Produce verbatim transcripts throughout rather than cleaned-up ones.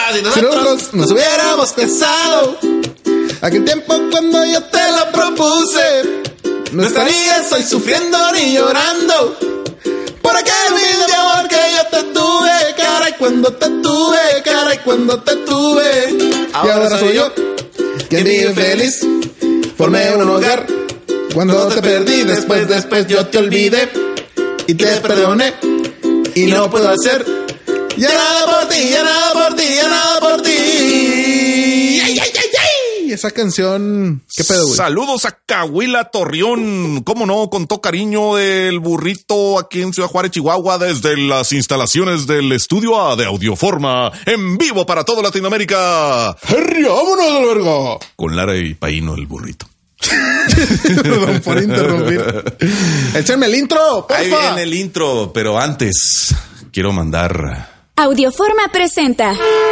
si nosotros, si nosotros nos hubiéramos casado aquel tiempo cuando yo te lo propuse, no estarías hoy sufriendo ni llorando por aquel vida de amor que yo te tuve, caray, cuando te tuve, caray, cuando te tuve. Ahora, y ahora soy yo quien vive feliz, formé un hogar cuando te perdí, después, después yo te olvidé y te perdoné y no puedo hacer ya nada por ti, ya nada por ti, ya nada por ti. ¡Ay, ay, ay, ay! Esa canción, ¿qué pedo, güey? Saludos a Cahuila Torreón, cómo no, con todo cariño del burrito aquí en Ciudad Juárez, Chihuahua, desde las instalaciones del estudio A de Audioforma, en vivo para toda Latinoamérica. ¡Herria, vámonos, alberga! Con Lara y Paino, el burrito. Perdón por interrumpir. Échame el intro, porfa. Ahí viene el intro, pero antes quiero mandar... Audioforma presenta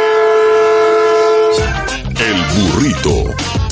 El burrito.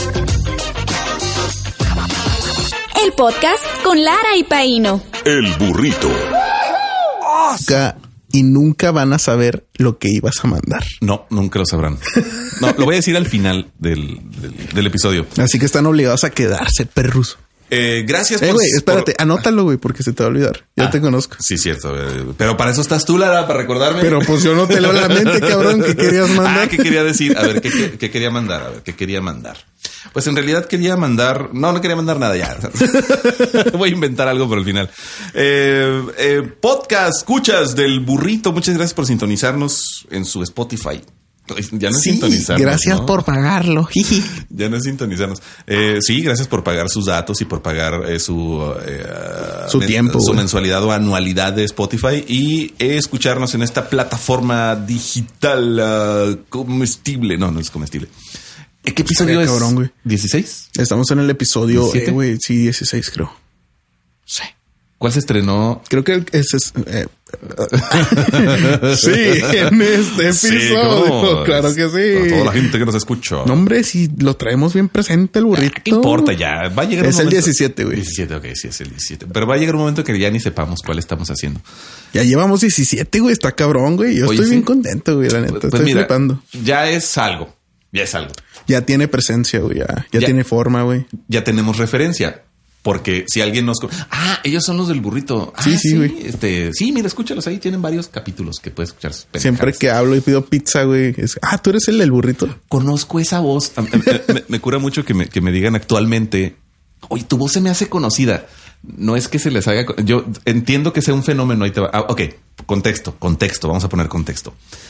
El podcast con Lara y Paino. El burrito. Nunca y nunca van a saber lo que ibas a mandar. No, nunca lo sabrán. No, lo voy a decir al final del, del, del episodio. Así que están obligados a quedarse, perruso. Eh, gracias eh, por... güey, espérate, por... anótalo, güey, porque se te va a olvidar. Yo ah, te conozco. Sí, cierto. Eh, pero para eso estás tú, Lara, para recordarme. Pero pues yo no te leo la mente, cabrón. ¿Qué querías mandar? Ah, ¿qué quería decir? A ver, ¿qué, qué, qué quería mandar? A ver, ¿qué quería mandar? Pues en realidad quería mandar... No, no quería mandar nada ya. Voy a inventar algo por el final. Eh, eh, podcast, escuchas del burrito. Muchas gracias por sintonizarnos en su Spotify. Ya no es sí, sintonizarnos. Gracias ¿no? por pagarlo. Ya no es sintonizarnos. Eh, sí, gracias por pagar sus datos y por pagar eh, su, eh, su men, tiempo, su güey. mensualidad o anualidad de Spotify y eh, escucharnos en esta plataforma digital uh, comestible. No, no es comestible. ¿Qué episodio es? Cabrón, güey. ¿dieciséis? Estamos en el episodio, eh, güey, sí, dieciséis creo. Sí. ¿Cuál se estrenó? Creo que ese es... Eh, sí, en este episodio. Sí, claro que sí. Para toda la gente que nos escucha. No, hombre, si lo traemos bien presente el burrito. ¿Qué importa ya? Va a llegar un es momento... el diecisiete, güey. diecisiete, ok, sí, es el diecisiete. Pero va a llegar un momento que ya ni sepamos cuál estamos haciendo. Ya llevamos diecisiete, güey. Está cabrón, güey. Yo Oye, estoy ¿sí? bien contento, güey, la neta. Pues, pues estoy mira, flipando. Ya es algo. Ya es algo. Ya tiene presencia, güey. Ya, ya, ya tiene forma, güey. Ya tenemos referencia. Porque si alguien nos... Ah, ellos son los del burrito. Ah, sí, sí, güey. Sí, este, sí, mira, escúchalos ahí. Tienen varios capítulos que puedes escuchar. Siempre que hablo y pido pizza, güey. Es, ah, tú eres el del burrito. Conozco esa voz. me, me, me cura mucho que me, que me digan actualmente, oye, tu voz se me hace conocida. No es que se les haga... Yo entiendo que sea un fenómeno. Ahí te va. Ah, ok, contexto, contexto. Vamos a poner contexto.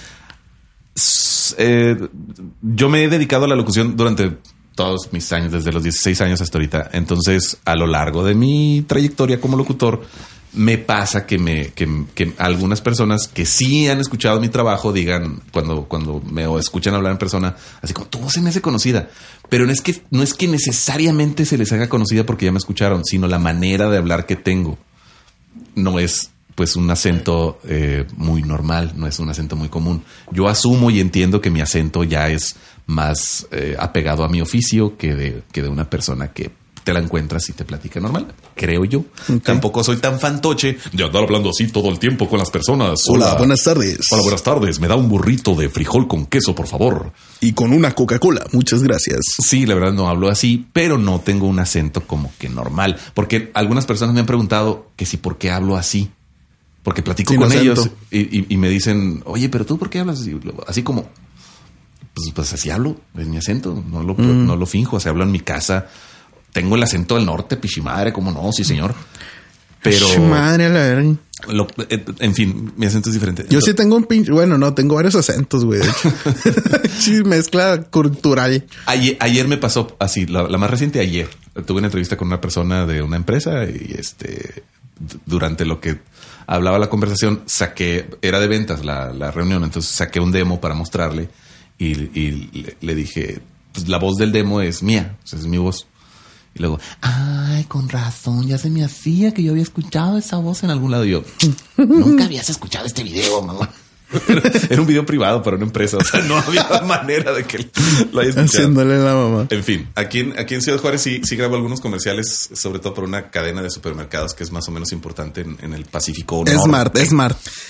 Eh, yo me he dedicado a la locución durante... todos mis años, desde los dieciséis años hasta ahorita. Entonces, a lo largo de mi trayectoria como locutor, me pasa que me que, que algunas personas que sí han escuchado mi trabajo digan, cuando, cuando me escuchan hablar en persona, así como, tu voz se me hace conocida. Pero no es que, no es que necesariamente se les haga conocida porque ya me escucharon, sino la manera de hablar que tengo. No es pues un acento eh, muy normal, no es un acento muy común. Yo asumo y entiendo que mi acento ya es más eh, apegado a mi oficio que de, que de una persona que te la encuentras y te platica normal, creo yo. Okay. Tampoco soy tan fantoche de andar hablando así todo el tiempo con las personas. Hola, Hola, buenas tardes. Hola, buenas tardes. Me da un burrito de frijol con queso, por favor. Y con una Coca-Cola. Muchas gracias. Sí, la verdad no hablo así, pero no tengo un acento como que normal. Porque algunas personas me han preguntado que si por qué hablo así. Porque platico Sin con acento. ellos y, y, y me dicen, oye, pero tú por qué hablas así? Así como, pues, pues así hablo, es mi acento, no lo, mm. no lo finjo, o sea, hablo en mi casa. Tengo el acento del norte, pichimadre, ¿cómo no? Sí, señor. Pero... Pichimadre, a la verga. Lo, en fin, mi acento es diferente. Yo Entonces, sí tengo un pinche... Bueno, no, tengo varios acentos, güey. De hecho. Sí, mezcla cultural. Ayer, ayer me pasó así, la, la más reciente ayer. Tuve una entrevista con una persona de una empresa y este... Durante lo que hablaba la conversación, saqué... Era de ventas la, la reunión, entonces saqué un demo para mostrarle y, y le, le dije... Pues la voz del demo es mía, o sea, es mi voz. Y luego, ay, con razón, ya se me hacía que yo había escuchado esa voz en algún lado. Y yo, nunca habías escuchado este video, mamá. Era un video privado para una empresa. O sea, no había manera de que lo haya escuchado. Haciéndole la mamá. En fin, aquí en, aquí en Ciudad Juárez sí, sí grabo algunos comerciales, sobre todo por una cadena de supermercados que es más o menos importante en, en el Pacífico Norte. Smart, Smart.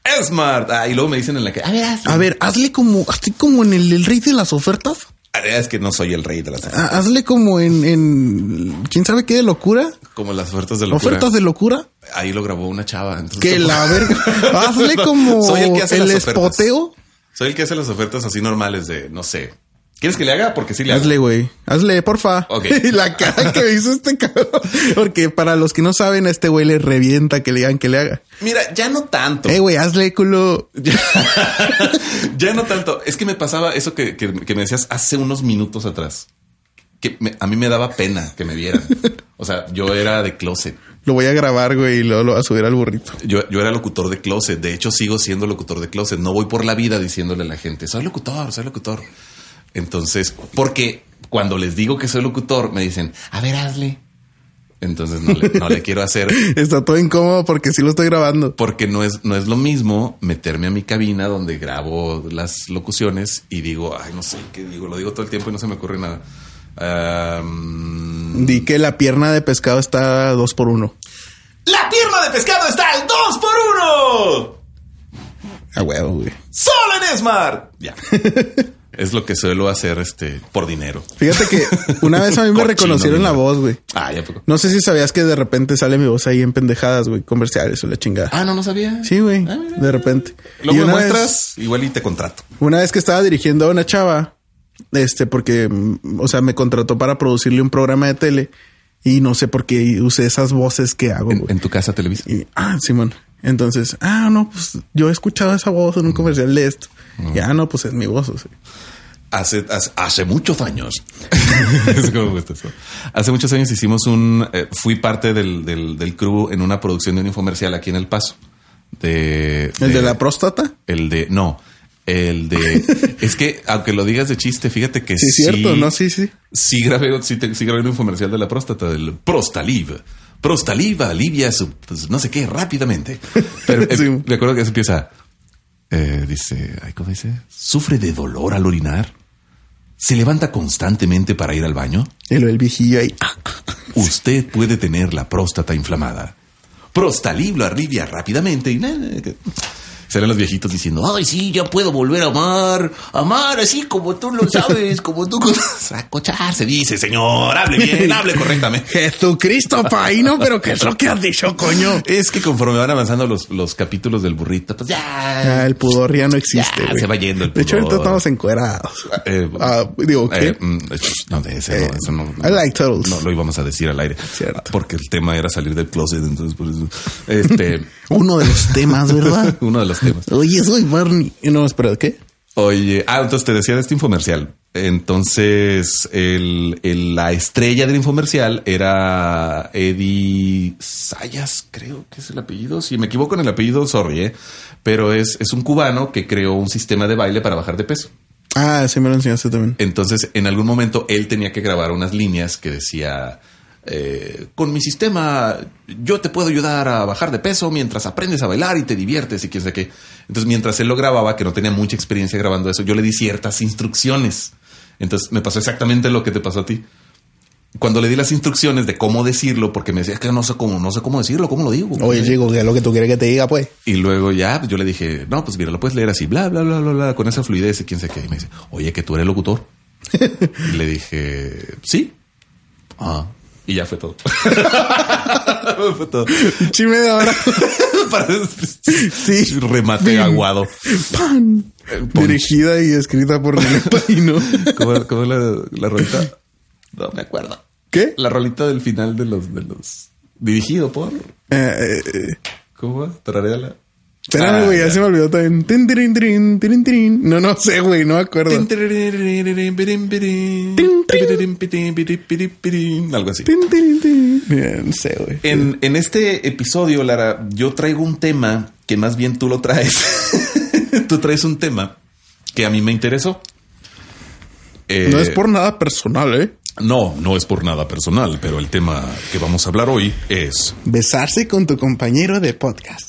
Smart. Ah, y luego me dicen en la que, a ver, hazle. A ver, hazle como, así como en el, el rey de las ofertas. Es que no soy el rey de las ofertas. Ah, hazle como en, en, ¿quién sabe qué de locura? Como las ofertas de locura. Ofertas de locura. Ahí lo grabó una chava. Entonces, Que como... la verga. Hazle como soy el que hace el las ofertas. espoteo. Soy el que hace las ofertas así normales de, no sé. ¿Quieres que le haga? Porque sí le hago. Hazle, güey. Hazle, porfa. Ok. Y la cara que hizo este cabrón. Porque para los que no saben, a este güey le revienta que le digan que le haga. Mira, ya no tanto. Eh, güey, hazle, culo. Ya, ya no tanto. Es que me pasaba eso que, que, que me decías hace unos minutos atrás. Que me, a mí me daba pena que me vieran. O sea, yo era de closet. Lo voy a grabar, güey, y luego lo voy a subir al burrito. Yo, yo era locutor de closet. De hecho, sigo siendo locutor de closet. No voy por la vida diciéndole a la gente, soy locutor, soy locutor. Entonces, porque cuando les digo que soy locutor, me dicen, a ver, hazle. Entonces no le, no le quiero hacer. Está todo incómodo porque sí lo estoy grabando. Porque no es, no es lo mismo meterme a mi cabina donde grabo las locuciones y digo, ay, no sé qué digo. Lo digo todo el tiempo y no se me ocurre nada. Um... Di que la pierna de pescado está a dos por uno. ¡La pierna de pescado está al dos por uno! A huevo, güey. ¡Solo en Smart! Ya. Es lo que suelo hacer este por dinero. Fíjate que una vez a mí me reconocieron la voz, güey. Ah, ya poco. No sé si sabías que de repente sale mi voz ahí en pendejadas, güey, comerciales o la chingada. Ah, no, no sabía. Sí, güey. Ah, mira. De repente. Luego Y me una muestras, vez, igual y te contrato. una vez que estaba dirigiendo a una chava, este, porque, mm, o sea, me contrató para producirle un programa de tele y no sé por qué usé esas voces que hago, En, güey. en tu casa Televisa. Y, ah, Simón. Entonces, ah, no, pues yo he escuchado esa voz en un comercial de esto. Mm. Ya, no, pues es mi voz, o sea. Hace, hace, hace muchos años. Es como gusta eso. Hace muchos años hicimos un... Eh, fui parte del, del, del crew en una producción de un infomercial aquí en El Paso. De, ¿El de la próstata? El de... No. El de... Es que, aunque lo digas de chiste, fíjate que Sí, sí... cierto, ¿no? Sí, sí. Sí grabé, sí, te- sí grabé un infomercial de la próstata, del Prostaliv. Prostaliv alivia su... pues, no sé qué, rápidamente. Pero eh, Sí. me acuerdo que eso empieza... Eh, dice... ay, ¿cómo dice? ¿Sufre de dolor al orinar? ¿Se levanta constantemente para ir al baño? El, el viejillo ahí. Ah, Usted puede tener la próstata inflamada. Prostalib lo alivia rápidamente y... Serán los viejitos diciendo, ay, sí, ya puedo volver a amar. Amar así como tú lo sabes, como tú... Acochar, se dice, señor. Hable bien, hable correctamente. Jesucristo, paíno, pero ¿qué es lo que has dicho, coño? Es que conforme van avanzando los, los capítulos del burrito, pues ya... Ah, el pudor ya no existe, Ya, güey. se va yendo el De hecho, ahorita pudor. estamos encuerados. Eh, Ah, digo, ¿qué? eh, mm, no, de ese, no, Eh, eso no, I like turtles. no lo íbamos a decir al aire. Cierto. Porque el tema era salir del closet, entonces por eso. Este, Uno de los temas, ¿verdad? uno de los temas. Oye, soy Barney. No, espera, ¿qué? Oye, ah, entonces te decía de este infomercial. Entonces, el, el- la estrella del infomercial era Eddie Sayas, creo que es el apellido. Si me equivoco en el apellido, sorry, eh. Pero es, es un cubano que creó un sistema de baile para bajar de peso. Ah, sí me lo enseñaste también. Entonces, en algún momento, él tenía que grabar unas líneas que decía... eh, con mi sistema yo te puedo ayudar a bajar de peso mientras aprendes a bailar y te diviertes y quién sabe qué. Entonces, mientras él lo grababa, que no tenía mucha experiencia grabando eso, yo le di ciertas instrucciones. Entonces, me pasó exactamente lo que te pasó a ti. Cuando le di las instrucciones de cómo decirlo, porque me decía que no sé cómo, no sé cómo decirlo, cómo lo digo. Oye, chico, ¿qué es lo que tú quieres que te diga, pues? Y luego ya yo le dije, no, pues mira, lo puedes leer así, bla, bla, bla, bla, bla, con esa fluidez y quién sabe qué. Y me dice, oye, que tú eres locutor. Y le dije, sí. Ah. Y ya fue todo. Fue todo. Chime de ahora. Sí. Remate Bim. aguado. Pan. Punch. Dirigida y escrita por René Paino. ¿Cómo, cómo es la, la rolita? No me acuerdo. ¿Qué? La rolita del final de los... De los dirigido por... Eh, eh, eh. ¿Cómo va? Tararéala. Espérame, Ah, güey, ya ya. se me olvidó también. Tin, tirin, tirin, tirin, tirin. No, no sé, güey, no me acuerdo. Algo así. Tin, tirin, tirin. Mira, no sé, güey. En, en este episodio, Lara, yo traigo un tema que más bien tú lo traes. Tú traes un tema que a mí me interesó. Eh, No es por nada personal, ¿eh? No, no es por nada personal, pero el tema que vamos a hablar hoy es... Besarse con tu compañero de podcast.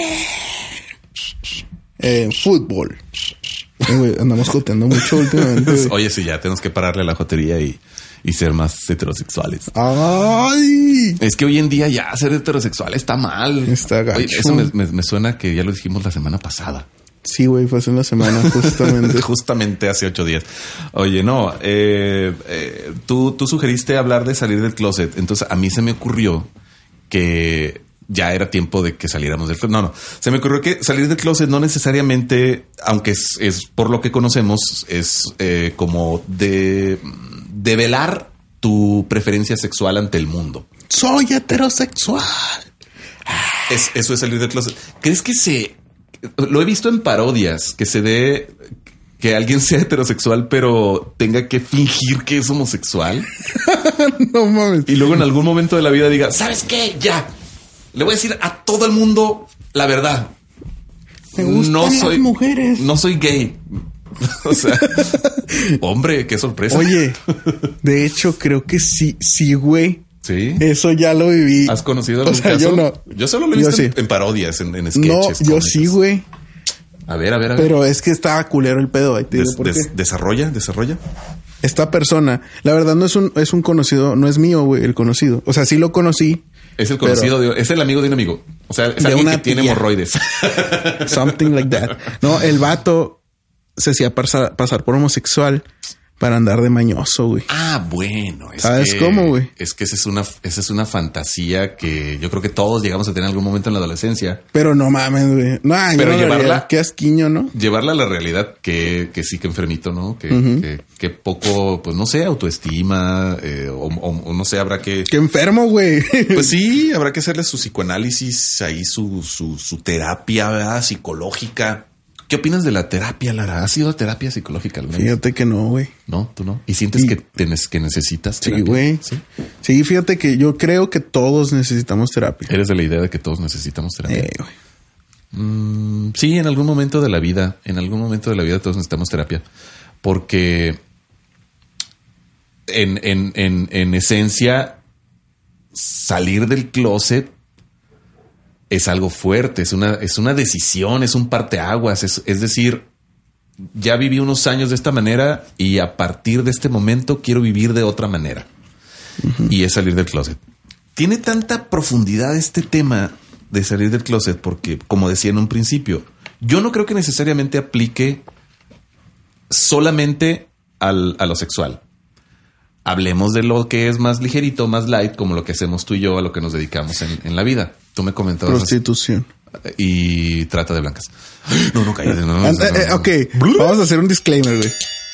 Eh, fútbol. Eh, güey, andamos joteando mucho últimamente. güey. Oye, sí, ya tenemos que pararle a la jotería y, y ser más heterosexuales. ¡Ay! Es que hoy en día ya ser heterosexual está mal. Está gacho. Oye, eso me, me, me suena que ya lo dijimos la semana pasada. Sí, güey, fue hace una semana justamente. Justamente hace ocho días. Oye, no, eh, eh, tú, tú sugeriste hablar de salir del closet. Entonces a mí se me ocurrió que ya era tiempo de que saliéramos del closet. No, no. Se me ocurrió que salir del closet no necesariamente, aunque es, es por lo que conocemos, es eh, como de develar tu preferencia sexual ante el mundo. Soy heterosexual. Es, eso es salir del closet. ¿Crees que se... Lo he visto en parodias, que se dé que alguien sea heterosexual, pero tenga que fingir que es homosexual? No mames. Y luego en algún momento de la vida diga, ¿sabes qué? Ya. Le voy a decir a todo el mundo la verdad. Me gustan no soy, las mujeres. No soy gay. O sea, hombre, qué sorpresa. Oye, de hecho, creo que sí, sí, güey. Sí. Eso ya lo viví. ¿Has conocido algún o sea, caso? Yo no. Yo solo lo he visto sí. en, en parodias, en, en sketches. No, yo cómicos. sí, güey. A ver, a ver, a ver. Pero es que estaba culero el pedo. Ahí te digo Des, por des, qué. desarrolla, desarrolla. Esta persona, la verdad no es un, es un conocido, no es mío, güey, el conocido. O sea, sí lo conocí. Es el conocido, de, es el amigo de un amigo. O sea, es de alguien una que tiene tía. hemorroides. Something like that. No, el vato se hacía pasar, pasar por homosexual para andar de mañoso, güey. Ah, bueno. Es ¿Sabes que, cómo, güey? Es que esa es una, esa es una fantasía que yo creo que todos llegamos a tener en algún momento en la adolescencia. Pero no mames, güey. No, yo Pero no lo llevarla- haría. Qué asquiño, ¿no? Llevarla a la realidad que, que sí que enfermito, ¿no? Que, Ujú. que, que poco, pues no sé, autoestima, eh, o, o- o no sé, habrá que... Qué enfermo, güey. Pues sí, habrá que hacerle su psicoanálisis, ahí su, su, su terapia, ¿verdad? Psicológica. ¿Qué opinas de la terapia, Lara? ¿Has ido a terapia psicológica alguna vez? Fíjate que no, güey. No, tú no. ¿Y sientes Y- que, tienes, que necesitas Sí, terapia? güey. ¿Sí? Sí, fíjate que yo creo que todos necesitamos terapia. ¿Eres de la idea de que todos necesitamos terapia? Eh, güey. Mm, sí, en algún momento de la vida, en algún momento de la vida todos necesitamos terapia. Porque en, en, en, en esencia, salir del closet es algo fuerte, es una, es una decisión, es un parteaguas. Es, es decir, ya viví unos años de esta manera y a partir de este momento quiero vivir de otra manera. Uh-huh. Y es salir del closet. Tiene tanta profundidad este tema de salir del closet porque, como decía en un principio, yo no creo que necesariamente aplique solamente al, a lo sexual. Hablemos de lo que es más ligerito, más light, como lo que hacemos tú y yo, a lo que nos dedicamos en, en la vida. Tú me comentabas. Prostitución. Y trata de blancas. No, no, cállate. No, no, Ant- no, no, eh, no. ok, vamos a hacer un disclaimer, güey.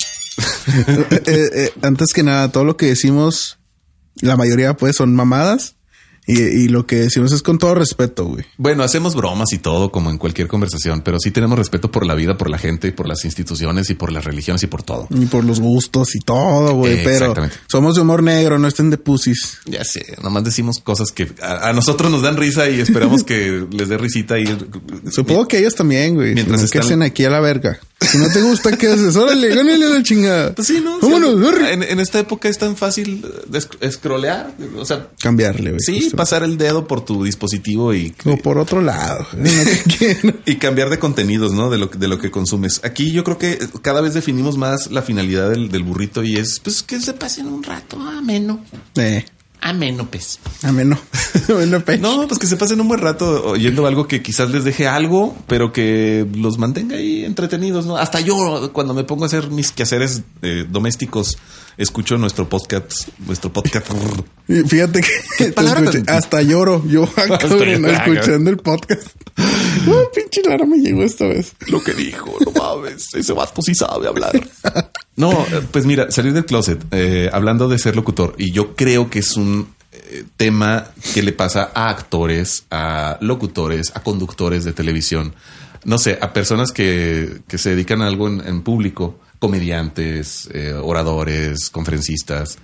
eh, eh, antes que nada, todo lo que decimos, la mayoría pues son mamadas. Y, y lo que decimos es con todo respeto, güey. Bueno, hacemos bromas y todo como en cualquier conversación, pero sí tenemos respeto por la vida, por la gente, por las instituciones y por las religiones y por todo. Y por los gustos y todo, güey. Eh, pero exactamente. somos de humor negro, no estén de pusis. Ya sé, nomás decimos cosas que a, a nosotros nos dan risa y esperamos que les dé risita. Y Supongo que ellos también, güey. Mientras No, están- que hacen aquí a la verga. Si no te gusta, ¿qué haces? Órale, gánale la chingada. Pues sí, ¿no? Vámonos, Sí, arre. en, en esta época es tan fácil de esc- scrollear. O sea, Cambiarle, güey. sí, justo. pasar el dedo por tu dispositivo y, O por otro lado. No te quiero. y cambiar de contenidos, ¿no? De lo, que- de lo que consumes. Aquí yo creo que cada vez definimos más la finalidad del, del burrito y es pues que se pasen un rato ameno. Eh, Ameno, pues. ameno. Bueno, pe- No, pues que se pasen un buen rato oyendo algo que quizás les deje algo, pero que los mantenga ahí entretenidos, ¿no? Hasta yo, cuando me pongo a hacer mis quehaceres eh, domésticos, escucho nuestro podcast, nuestro podcast. Y Fíjate que ¿Qué te palabra escuché- tan- hasta lloro. Yo cabrón, Hasta- escuchando el podcast. Oh, pinche Lara me llegó esta vez. Lo que dijo, no mames, ese vato sí sabe hablar. No, eh, pues mira, salir del closet, eh, hablando de ser locutor, y yo creo que es un eh, tema que le pasa a actores, a locutores, a conductores de televisión, no sé, a personas que, que se dedican a algo en, en público, comediantes, eh, oradores, conferencistas,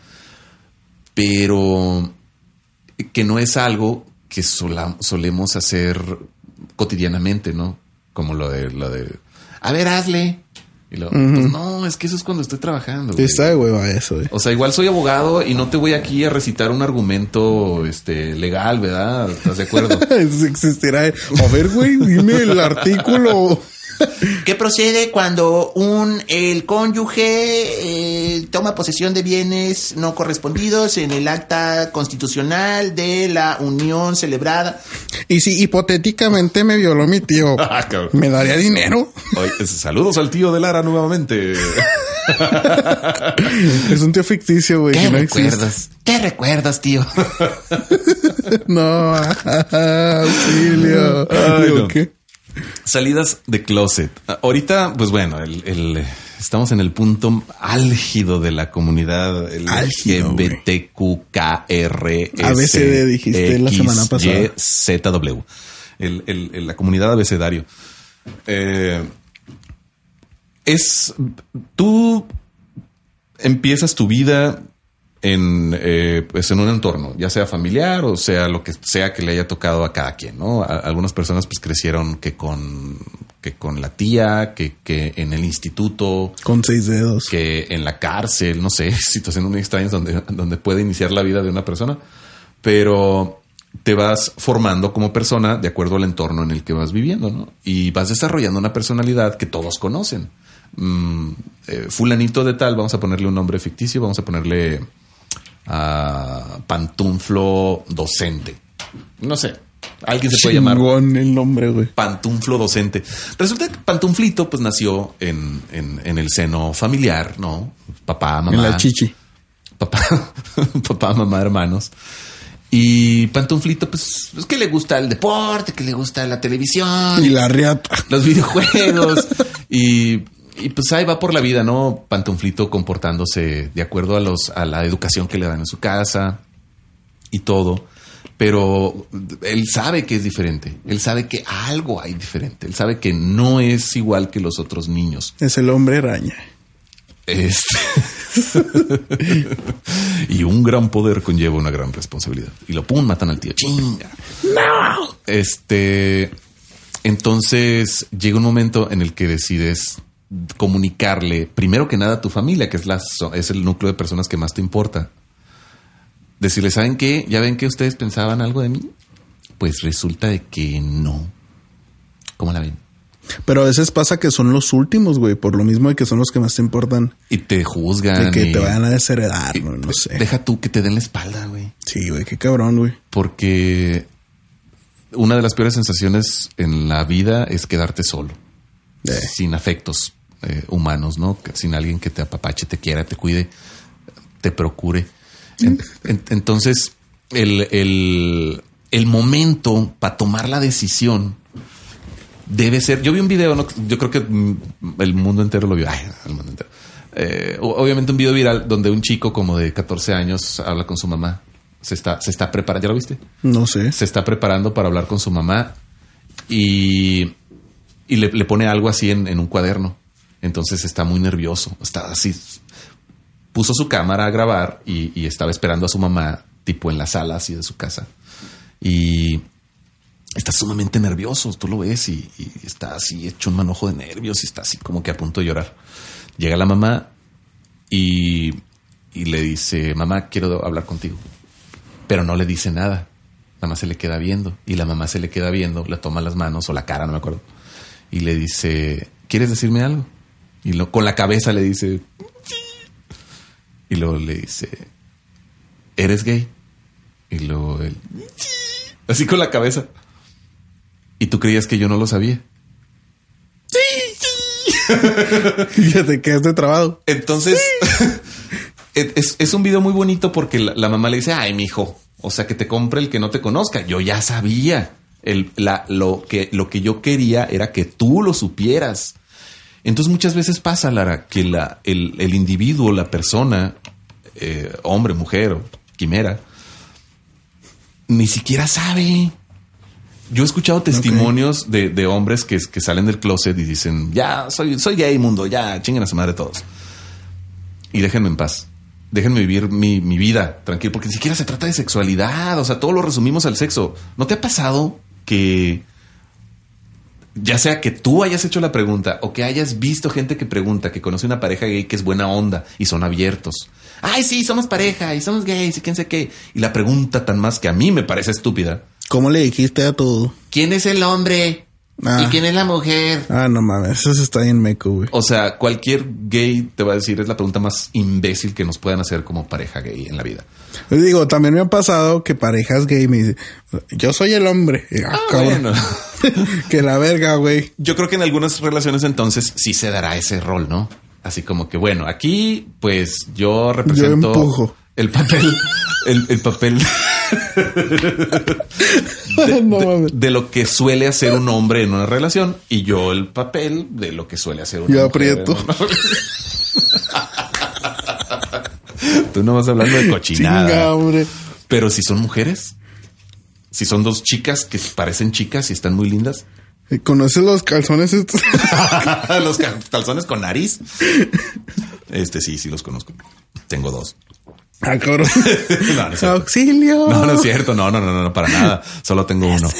pero que no es algo que sola- solemos hacer cotidianamente, ¿no? Como lo de, lo de, a ver, hazle. Y lo, Ujú. pues no, es que eso es cuando estoy trabajando. güey. Está de hueva eso, güey. O sea, igual soy abogado y no te voy aquí a recitar un argumento este, legal, ¿verdad? ¿Estás de acuerdo? Eso existirá. A ver, güey, dime el artículo. ¿Qué procede cuando un el cónyuge eh, toma posesión de bienes no correspondidos en el acta constitucional de la unión celebrada? Y si hipotéticamente me violó mi tío, Ah, cabrón. ¿me daría dinero? Oye, saludos al tío de Lara nuevamente. Es un tío ficticio, güey. ¿Qué que no recuerdos? existe. ¿Qué recuerdos, tío? No, auxilio. Ay, Digo, no. ¿qué? Salidas de closet. Ahorita, pues bueno, el, el- estamos en el punto álgido de la comunidad Álgido, L G B T Q K R S A B C D dijiste la semana pasada. Y Z W. El, el- el- la comunidad abecedario. Eh, es tú empiezas tu vida en, eh, pues en un entorno, ya sea familiar o sea lo que sea que le haya tocado a cada quien, ¿no? A- algunas personas pues crecieron que con, que con la tía, que, que en el instituto, Con seis dedos. que en la cárcel, no sé, situaciones muy extrañas donde, donde puede iniciar la vida de una persona, pero te vas formando como persona de acuerdo al entorno en el que vas viviendo, ¿no? Y vas desarrollando una personalidad que todos conocen. Mm, eh, fulanito de tal, vamos a ponerle un nombre ficticio, vamos a ponerle a Pantuflo Docente. No sé, alguien se puede llamar Chingón el nombre, güey. Pantuflo Docente. Resulta que Pantuflito pues nació en, en, en el seno familiar, ¿no? Papá, mamá. En la chichi. Papá, papá, mamá, hermanos. Y Pantuflito, pues, es que le gusta el deporte, que le gusta la televisión, Y la riata. los videojuegos. y, y pues ahí va por la vida, ¿no? Pantuflito comportándose de acuerdo a los, a la educación que le dan en su casa y todo. Pero él sabe que es diferente. Él sabe que algo hay diferente. Él sabe que no es igual que los otros niños. Es el hombre araña. Este. Y un gran poder conlleva una gran responsabilidad. Y lo pum, matan al tío. Chinga. No. Este. Entonces llega un momento en el que decides comunicarle, primero que nada, a tu familia, que es, la, es el núcleo de personas que más te importa. Decirle, ¿saben qué? ¿Ya ven que ustedes pensaban algo de mí? Pues resulta de que no. ¿Cómo la ven? Pero a veces pasa que son los últimos, güey. Por lo mismo de que son los que más te importan. Y te juzgan. De que y- te vayan a desheredar, y- güey. No sé. Deja tú que te den la espalda, güey. Sí, güey. Qué cabrón, güey. Porque una de las peores sensaciones en la vida es quedarte solo, Eh. sin afectos eh, humanos, ¿no? Sin alguien que te apapache, te quiera, te cuide, te procure. En- en- entonces, el, el, el momento para tomar la decisión debe ser. Yo vi un video, ¿no? Yo creo que mm, el mundo entero lo vio. Ay, el mundo entero. Eh, o- obviamente un video viral donde un chico como de catorce años habla con su mamá. Se está, se está preparando. ¿Ya lo viste? No sé. Se está preparando para hablar con su mamá y, y le, le pone algo así en, en un cuaderno. Entonces está muy nervioso. Está así. Puso su cámara a grabar y, y estaba esperando a su mamá, tipo en la sala así de su casa. Y está sumamente nervioso. Tú lo ves y, y está así hecho un manojo de nervios y está así como que a punto de llorar. Llega la mamá y, y le dice, mamá, quiero hablar contigo. Pero no le dice nada. Nada más se le queda viendo. Y la mamá se le queda viendo, le toma las manos o la cara, no me acuerdo. Y le dice, ¿quieres decirme algo? Y lo, con la cabeza le dice, sí. Y luego le dice, ¿eres gay? Y luego él, sí. Así con la cabeza. ¿Y tú creías que yo no lo sabía? Ya te quedaste trabado. Entonces, es, es un video muy bonito porque la, la mamá le dice, ay, mijo, o sea, que te compre el que no te conozca. Yo ya sabía. El, la, lo, que, lo que yo quería era que tú lo supieras. Entonces muchas veces pasa, Lara, que la, el, el individuo, la persona, eh, hombre, mujer o quimera, ni siquiera sabe. Yo he escuchado testimonios okay. de, de hombres que, que salen del closet y dicen, ya, soy, soy gay, mundo, ya, chinguen a su madre todos. Y déjenme en paz. Déjenme vivir mi, mi vida tranquilo, porque ni siquiera se trata de sexualidad. O sea, todo lo resumimos al sexo. ¿No te ha pasado que ya sea que tú hayas hecho la pregunta o que hayas visto gente que pregunta, que conoce una pareja gay que es buena onda y son abiertos? Ay, sí, somos pareja y somos gays y quién sé qué. Y la pregunta tan más que a mí me parece estúpida. ¿Cómo le dijiste a todo? ¿Quién es el hombre? Ah. ¿Y quién es la mujer? Ah, no mames, eso está bien meco, güey. O sea, cualquier gay te va a decir, es la pregunta más imbécil que nos puedan hacer como pareja gay en la vida. Les digo, también me ha pasado que parejas gay me dicen, yo soy el hombre. Y, ah, Ah, cabrón. bueno. Que la verga, güey. Yo creo que en algunas relaciones entonces sí se dará ese rol, ¿no? Así como que, bueno, aquí pues yo represento Yo empujo. el papel, el, el papel de, No de- mames. de lo que suele hacer un hombre en una relación y yo el papel de lo que suele hacer una Yo mujer en aprieto. una- Tú no vas hablando de cochinada. Chinga, hombre. Pero si son mujeres, si son dos chicas que parecen chicas y están muy lindas. ¿Conoces los calzones estos? Los cal- calzones con nariz. Este sí, sí los conozco. Tengo dos. Ah, cabrón. No, no es cierto. Auxilio. No, no es cierto. No, no, no, no, no, para nada. Solo tengo uno.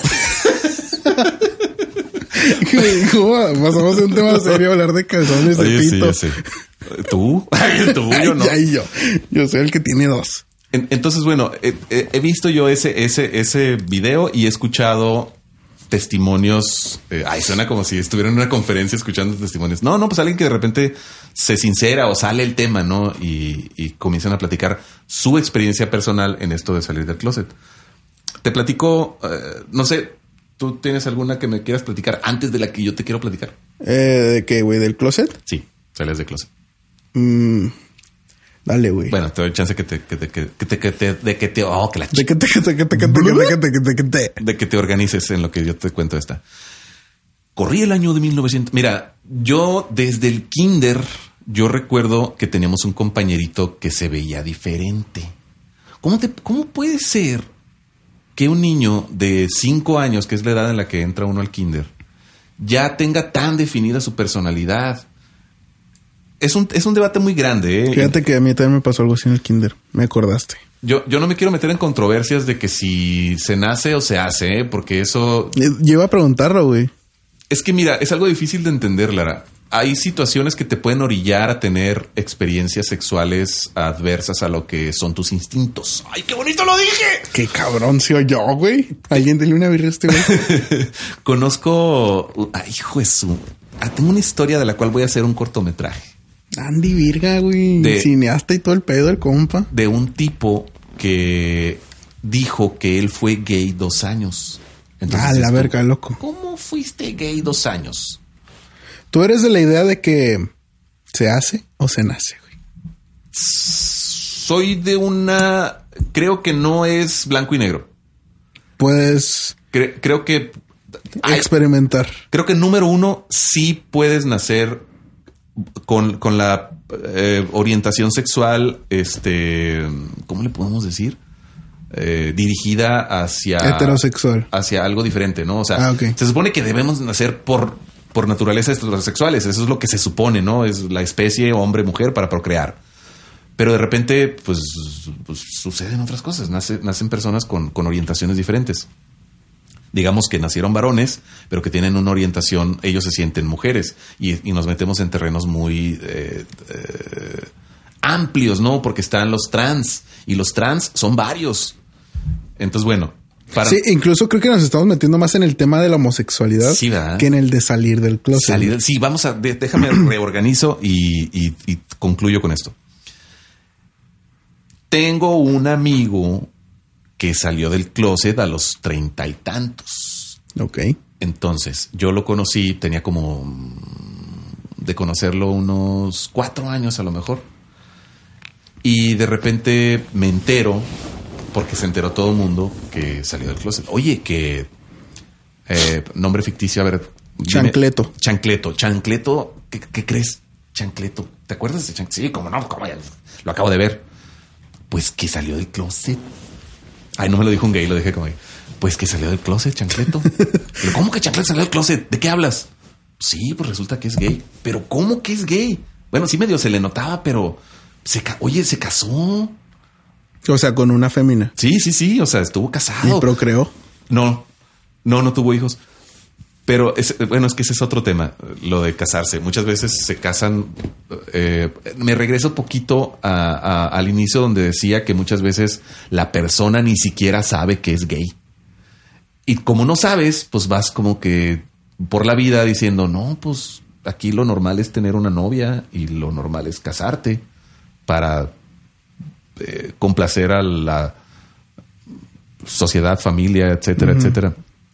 ¿Cómo pasamos de un tema serio a hablar de calzones de Oye, sí, pito? ya sé. ¿Tú? Ay, el tuyo, ¿no? Ay, yo. Yo soy el que tiene dos. En- Entonces, bueno, he, he- he visto yo ese, ese, ese video y he escuchado testimonios. Eh, ay, suena como si estuviera en una conferencia escuchando testimonios. No, no, pues alguien que de repente se sincera o sale el tema, ¿no? Y, y comienzan a platicar su experiencia personal en esto de salir del closet. Te platico, eh, no sé, ¿tú tienes alguna que me quieras platicar antes de la que yo te quiero platicar? Eh, ¿De qué, güey? ¿Del closet? Sí, sales del closet. Mm, dale, güey. Bueno, te doy chance que te, que te, que te, que te, de que te, oh, que la ¿De qué te, qué te, qué te, qué te, qué te, qué te, qué te, qué te? de que te organices en lo que yo te cuento esta. Corrí el año de mil novecientos. Mira, yo desde el kinder, yo recuerdo que teníamos un compañerito que se veía diferente. ¿Cómo, te, cómo puede ser que un niño de cinco años, que es la edad en la que entra uno al kinder, ya tenga tan definida su personalidad? Es un, es un debate muy grande, ¿eh? Fíjate que a mí también me pasó algo así en el kinder. Me acordaste. Yo, yo no me quiero meter en controversias de que si se nace o se hace, ¿eh? Porque eso Eh, Yo iba a preguntarlo, güey. es que, mira, es algo difícil de entender, Lara. Hay situaciones que te pueden orillar a tener experiencias sexuales adversas a lo que son tus instintos. ¡Ay, qué bonito lo dije! Qué cabrón soy yo, güey. Alguien dele una birra a este güey. Conozco... Ay, hijo de su... Ah, tengo una historia de la cual voy a hacer un cortometraje. Andy Virga, güey. De- Cineasta y todo el pedo del compa. De un tipo que dijo que él fue gay dos años. Entonces, Ah, la dices tú, verga, loco. ¿cómo fuiste gay dos años? ¿Tú eres de la idea de que se hace o se nace, güey? Soy de una... Creo que no es blanco y negro. Puedes Cre- creo que... Ay, experimentar. creo que número uno, sí puedes nacer con, con la eh, orientación sexual, este... ¿Cómo le podemos decir? Eh, dirigida hacia... Heterosexual. Hacia algo diferente, ¿no? O sea, Ah, ok. se supone que debemos nacer por, por naturaleza heterosexuales. Eso es lo que se supone, ¿no? Es la especie hombre-mujer para procrear. Pero de repente, pues, pues suceden otras cosas. Nace- nacen personas con, con orientaciones diferentes. Digamos que nacieron varones, pero que tienen una orientación, ellos se sienten mujeres. Y, y nos metemos en terrenos muy eh, eh, amplios, ¿no? Porque están los trans. Y los trans son varios. Entonces, bueno. Para Sí, incluso creo que nos estamos metiendo más en el tema de la homosexualidad Sí, ¿verdad? que en el de salir del closet. salir... Sí, vamos a... de- déjame reorganizo y, y, y concluyo con esto. Tengo un amigo que salió del closet a los treinta y tantos. Ok. Entonces, yo lo conocí, tenía como mm, de conocerlo unos cuatro años a lo mejor. Y de repente me entero, porque se enteró todo el mundo, que salió del closet. Oye, que eh, nombre ficticio, a ver. dime. Chancleto. Chancleto. Chancleto, ¿qué, qué crees? Chancleto. ¿Te acuerdas de Chancleto? Sí, como no, como ya lo acabo de ver. Pues que salió del closet. Ay, no me lo dijo un gay, lo dije como gay. Pues que salió del closet, Chancleto. Pero ¿cómo que Chancleto salió del closet? ¿De qué hablas? Sí, pues resulta que es gay. Pero ¿cómo que es gay? Bueno, sí medio se le notaba, pero se ca- oye, se casó. O sea, con una fémina. Sí, sí, sí. O sea, estuvo Y casado. procreó. No, no, no tuvo hijos. Pero es, bueno, es que ese es otro tema, lo de casarse. Muchas veces se casan. Eh, me regreso poquito a, a- al inicio donde decía que muchas veces la persona ni siquiera sabe que es gay. Y como no sabes, pues vas como que por la vida diciendo, no, pues aquí lo normal es tener una novia y lo normal es casarte para eh, complacer a la sociedad, familia, etcétera, uh-huh. etcétera.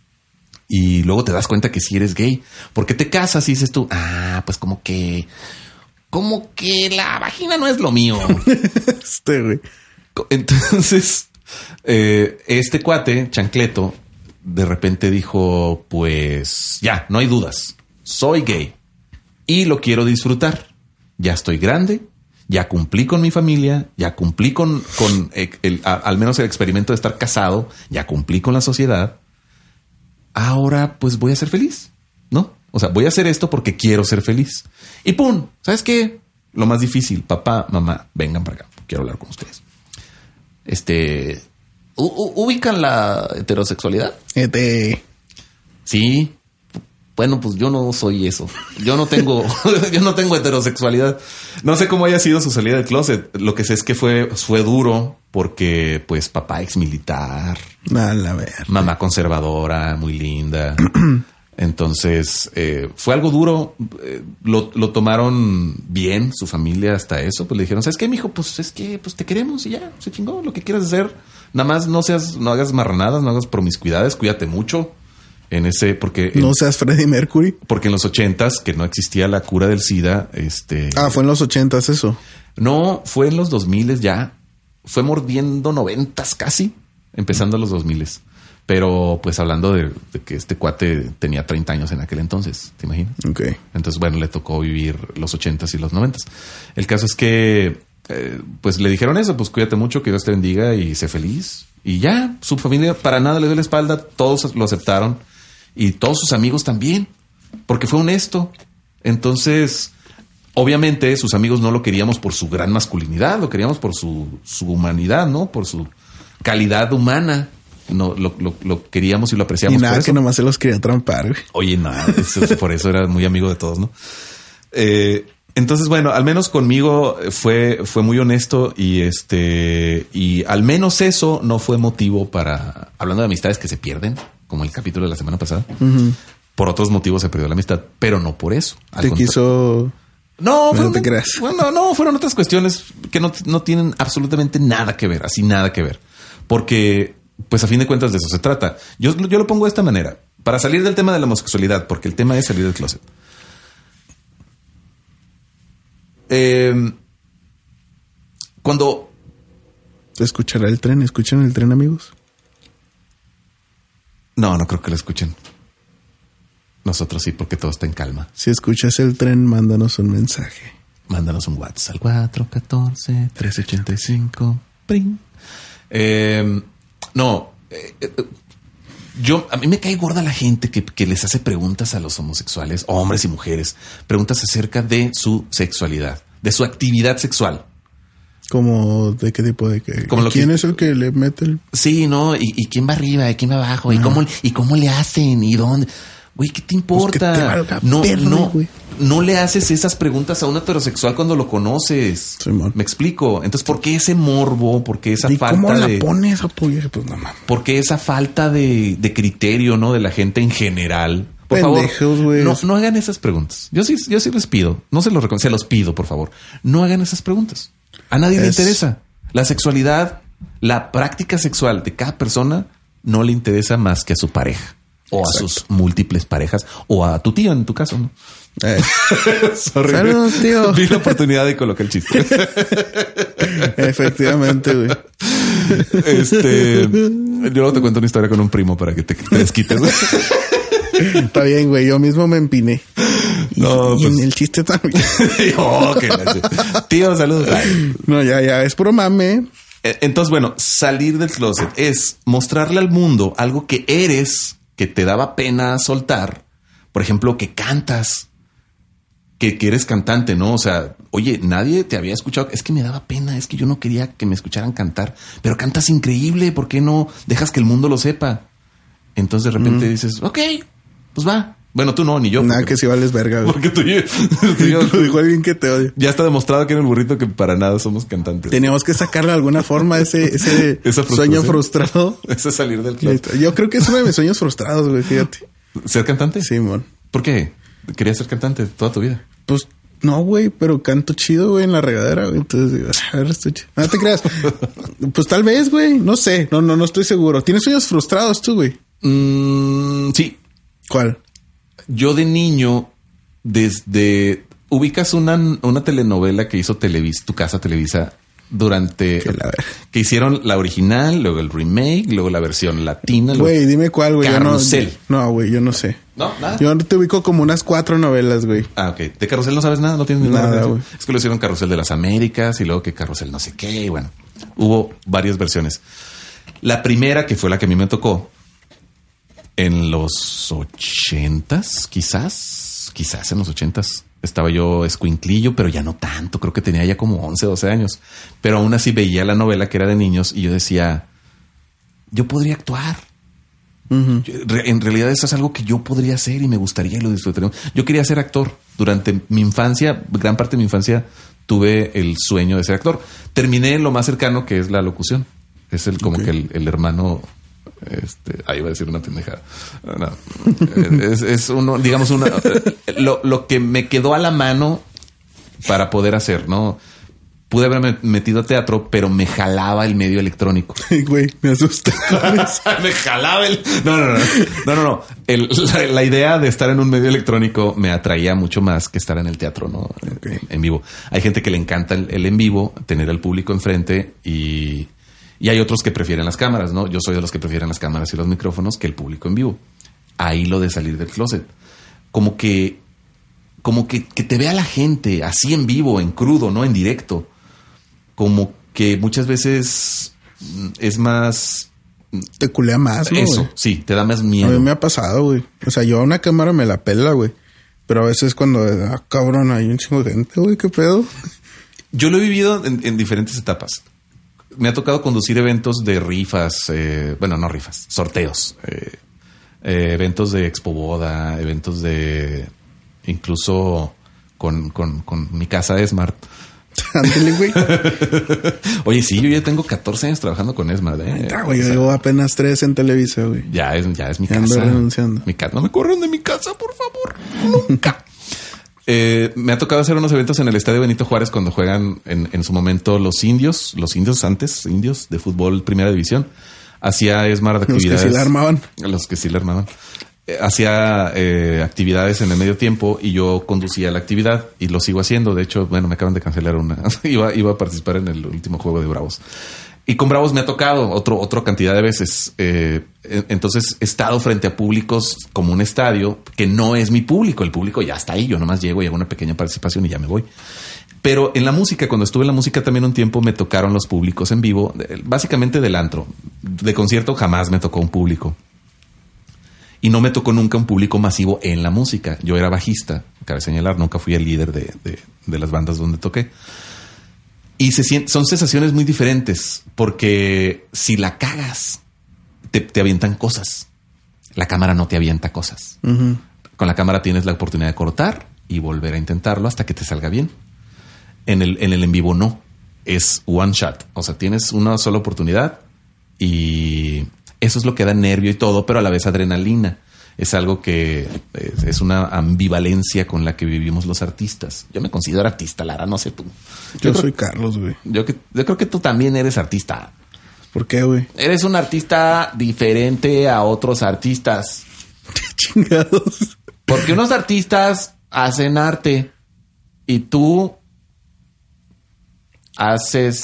Y luego te das cuenta que si eres gay, porque te casas y dices tú, ah, pues como que, como que la vagina no es lo mío. Este güey. Entonces, eh, este cuate, Chancleto, de repente dijo, pues ya, no hay dudas, soy gay y lo quiero disfrutar. Ya estoy grande, ya cumplí con mi familia, ya cumplí con, con el, el, a, al menos el experimento de estar casado, ya cumplí con la sociedad. Ahora pues voy a ser feliz, ¿no? O sea, voy a hacer esto porque quiero ser feliz. Y ¡pum! ¿Sabes qué? Lo más difícil, papá, mamá, vengan para acá, quiero hablar con ustedes. Este, ¿ubican la heterosexualidad? Este... Sí. Bueno, pues yo no soy eso. Yo no tengo, yo no tengo heterosexualidad. No sé cómo haya sido su salida del closet. Lo que sé es que fue, fue duro porque, pues, papá ex militar, a la verga, mamá conservadora, muy linda. Entonces, eh, fue algo duro. Eh, lo, lo tomaron bien su familia hasta eso. Pues le dijeron, ¿sabes qué, mijo? Pues es que pues te queremos y ya, se chingó lo que quieras hacer. Nada más no seas, no hagas marranadas, no hagas promiscuidades, cuídate mucho. En ese, porque no en, seas Freddie Mercury. Porque en los ochentas, que no existía la cura del SIDA, este. Ah, fue en los ochentas eso. No, fue en los dos miles ya. Fue mordiendo noventas casi, empezando los dos miles. Pero pues hablando de, de que este cuate tenía treinta años en aquel entonces, ¿te imaginas? Ok. Entonces, bueno, le tocó vivir los ochentas y los noventas. El caso es que, eh, pues le dijeron eso, pues cuídate mucho, que Dios te bendiga y sé feliz. Y ya, su familia para nada le dio la espalda, todos lo aceptaron. Y todos sus amigos también, porque fue honesto. Entonces, obviamente, sus amigos no lo queríamos por su gran masculinidad, lo queríamos por su, su humanidad, ¿no? Por su calidad humana. No, lo, lo, lo queríamos y lo apreciamos. Y nada, por eso. Que nomás se los quería trampar, güey. Oye, nada, eso, por eso era muy amigo de todos, ¿no? Eh, entonces, bueno, al menos conmigo fue, fue muy honesto y este, y al menos eso no fue motivo para, hablando de amistades que se pierden, como el capítulo de la semana pasada. Uh-huh. Por otros motivos se perdió la amistad, pero no por eso. Te quiso... No, no fueron, te creas. Bueno, no, fueron otras cuestiones que no, no tienen absolutamente nada que ver, así nada que ver. Porque, pues a fin de cuentas de eso se trata. Yo, yo lo pongo de esta manera, para salir del tema de la homosexualidad, porque el tema es salir del closet. Eh, cuando... ¿Escuchará el tren? ¿Escuchan el tren, amigos? No, no creo que lo escuchen. Nosotros sí, porque todo está en calma. Si escuchas el tren, mándanos un mensaje. Mándanos un WhatsApp al cuatro uno cuatro, tres ocho cinco. Eh, no, eh, eh, yo a mí me cae gorda la gente que, que les hace preguntas a los homosexuales, hombres y mujeres, preguntas acerca de su sexualidad, de su actividad sexual. ¿Como de qué tipo de qué? Como lo ¿Quién que... es el que le mete el...? Sí, ¿no? ¿Y, y quién va arriba? ¿Y quién va abajo? ¿Y, cómo, ¿Y cómo le hacen? ¿Y dónde? Güey, ¿qué te importa? Pues que te valga no, perro, no, güey. No le haces esas preguntas a un heterosexual cuando lo conoces. Sí, man. Me explico. Entonces, ¿por qué ese morbo? ¿Por qué esa ¿Y falta cómo la de... pones a pues no mames? ¿Por qué esa falta de, de criterio, no? De la gente en general. Por Pendejos, favor, no, no hagan esas preguntas. Yo sí, yo sí les pido. No se los recomiendo. Se los pido, por favor. No hagan esas preguntas. A nadie es... le interesa. La sexualidad, la práctica sexual de cada persona no le interesa más que a su pareja. O exacto. A sus múltiples parejas. O a tu tío, en tu caso, ¿no? Eh. Saludos, tío. Vi la oportunidad de colocar el chiste. Efectivamente, güey. Este... Yo luego te cuento una historia con un primo para que te, te desquites. Está bien, güey. Yo mismo me empiné. Y, no, y pues... en el chiste también. oh, qué tío, saludos. No, ya, ya. Es puro mame. Entonces, bueno, salir del closet es mostrarle al mundo algo que eres, que te daba pena soltar. Por ejemplo, que cantas, que, que eres cantante, ¿no? O sea, oye, nadie te había escuchado. Es que me daba pena, es que yo no quería que me escucharan cantar. Pero cantas increíble, ¿por qué no dejas que el mundo lo sepa? Entonces de repente mm. dices, ok, pues va. Bueno, tú no, ni yo. Nada, porque, que si vales verga. Güey. Porque tú, tú yo, lo dijo alguien que te odia. Ya está demostrado que en el burrito que para nada somos cantantes. Teníamos que sacarle de alguna forma ese, ese sueño frustrado. Ese salir del club. Yo creo que es uno de mis sueños frustrados, güey, fíjate. ¿Ser cantante? Sí, mon. ¿Por qué? ¿Querías ser cantante toda tu vida? Pues no, güey, pero canto chido, güey, en la regadera, güey. Entonces digo, a ver, estoy chido. No te creas. Pues tal vez, güey. No sé. No, no, no estoy seguro. ¿Tienes sueños frustrados tú, güey? Mm, sí. ¿Cuál? Yo de niño, desde... Ubicas una, una telenovela que hizo Televisa, Tu Casa Televisa, durante... Que, la... que hicieron la original, luego el remake, luego la versión latina. Güey, luego... dime cuál, güey. Carrusel. No, güey, yo no sé. ¿No? ¿Nada? Yo te ubico como unas cuatro novelas, güey. Ah, ok. ¿De Carrusel no sabes nada? ¿No tienes ninguna nada, güey? Es que lo hicieron Carrusel de las Américas y luego que Carrusel no sé qué. Y bueno, hubo varias versiones. La primera, que fue la que a mí me tocó, en los ochentas, quizás, quizás en los ochentas, estaba yo escuinclillo, pero ya no tanto. Creo que tenía ya como once, doce años. Pero aún así veía la novela que era de niños y yo decía, yo podría actuar. Uh-huh. Yo, en realidad eso es algo que yo podría hacer y me gustaría y lo disfrutaría. Yo quería ser actor. Durante mi infancia, gran parte de mi infancia, tuve el sueño de ser actor. Terminé lo más cercano, que es la locución. Es el como okay. que el, el hermano... Este, ahí iba a decir una pendejada. No, es, es uno, digamos, una, lo, lo que me quedó a la mano para poder hacer, ¿no? Pude haberme metido a teatro, pero me jalaba el medio electrónico. Güey, me asusta. Me jalaba el... No, no, no. No, no, no. El, la, la idea de estar en un medio electrónico me atraía mucho más que estar en el teatro, ¿no? Okay. En, en vivo. Hay gente que le encanta el, el en vivo, tener al público enfrente y... Y hay otros que prefieren las cámaras, ¿no? Yo soy de los que prefieren las cámaras y los micrófonos que el público en vivo. Ahí lo de salir del closet. Como que, como que, que te vea la gente así en vivo, en crudo, ¿no? En directo. Como que muchas veces es más... Te culea más, ¿no? Eso, güey? Sí, te da más miedo. A mí me ha pasado, güey. O sea, yo a una cámara me la pela, güey. Pero a veces cuando, ah, cabrón, hay un chingo de gente, güey, ¿qué pedo? Yo lo he vivido en, en diferentes etapas. Me ha tocado conducir eventos de rifas, eh, bueno, no rifas, sorteos, eh, eh, eventos de Expo Boda, eventos de incluso con, con, con mi casa Smart. Ándale, güey. Oye, sí, yo ya tengo catorce años trabajando con Smart. Eh. Ah, güey, yo llevo apenas tres en Televisa, güey. Ya es, ya es mi ya casa. Ando renunciando. Mi casa. No me corran de mi casa, por favor. Nunca. Eh, me ha tocado hacer unos eventos en el Estadio Benito Juárez cuando juegan en, en su momento los indios, los indios antes, indios de fútbol primera división. Hacía Smart actividades. Los que sí la armaban. Los que sí la armaban. Eh, hacía eh, actividades en el medio tiempo y yo conducía la actividad y lo sigo haciendo. De hecho, bueno, me acaban de cancelar una. iba, iba a participar en el último juego de Bravos. Y con Bravos me ha tocado otro, otra cantidad de veces. Eh, entonces he estado frente a públicos como un estadio que no es mi público. El público ya está ahí. Yo nomás llego y hago una pequeña participación y ya me voy. Pero en la música, cuando estuve en la música también un tiempo me tocaron los públicos en vivo, básicamente del antro. De concierto jamás me tocó un público. Y no me tocó nunca un público masivo en la música. Yo era bajista, cabe señalar, nunca fui el líder de, de, de las bandas donde toqué. Y se siente, son sensaciones muy diferentes porque si la cagas, te, te avientan cosas. La cámara no te avienta cosas. Uh-huh. Con la cámara tienes la oportunidad de cortar y volver a intentarlo hasta que te salga bien. En el, en el en vivo no. Es one shot. O sea, tienes una sola oportunidad y eso es lo que da nervio y todo, pero a la vez adrenalina. Es algo que es, es una ambivalencia con la que vivimos los artistas. Yo me considero artista, Lara, no sé tú. Yo, yo soy creo, Carlos, güey. Yo, yo creo que tú también eres artista. ¿Por qué, güey? Eres un artista diferente a otros artistas. Chingados. Porque unos artistas hacen arte y tú haces...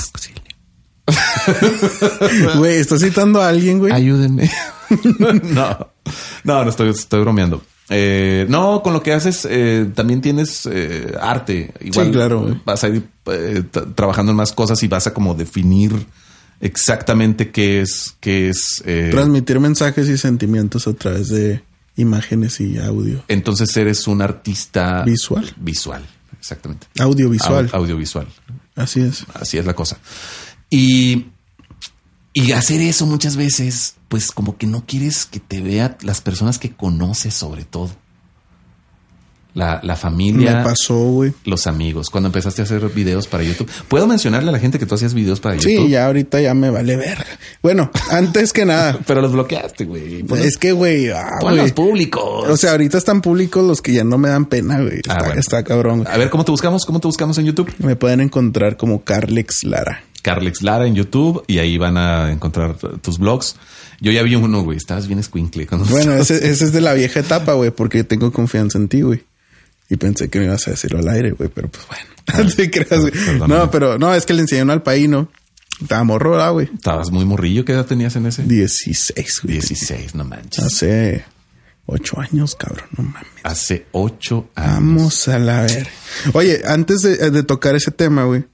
Güey, ¿estás citando a alguien, güey? Ayúdenme. No, no, no estoy, estoy bromeando. Eh, no, con lo que haces eh, también tienes eh, arte. Igual sí, claro. Vas a ir eh, t- trabajando en más cosas y vas a como definir exactamente qué es, qué es eh, transmitir mensajes y sentimientos a través de imágenes y audio. Entonces eres un artista visual. Visual, exactamente. Audiovisual. Au- audiovisual. Así es. Así es la cosa. Y, y hacer eso muchas veces, pues como que no quieres que te vean las personas que conoces sobre todo. La, la familia. Me pasó, güey. Los amigos. Cuando empezaste a hacer videos para YouTube. ¿Puedo mencionarle a la gente que tú hacías videos para YouTube? Sí, ya ahorita ya me vale verga. Bueno, antes que nada. Pero los bloqueaste, güey. Ponlos, es que, güey. Ah, ponlos güey. públicos. O sea, ahorita están públicos los que ya no me dan pena, güey. Está, Ah, bueno. está cabrón. A ver, ¿cómo te buscamos? ¿Cómo te buscamos en YouTube? Me pueden encontrar como Carlex Lara. Carlex Lara en YouTube y ahí van a encontrar tus blogs. Yo ya vi uno, güey. Estabas bien escuincle. Bueno, ese, ese es de la vieja etapa, güey, porque tengo confianza en ti, güey. Y pensé que me ibas a decirlo al aire, güey, pero pues bueno. Ah, no te creas, güey. No, pero no, es que le enseñé uno al paíno. Estaba morro, ¿verdad, güey? Estabas muy morrillo. ¿Qué edad tenías en ese? dieciséis, güey. dieciséis, no manches. Hace ocho años, cabrón, no mames. Hace ocho años. Vamos a la ver. Oye, antes de, de tocar ese tema, güey,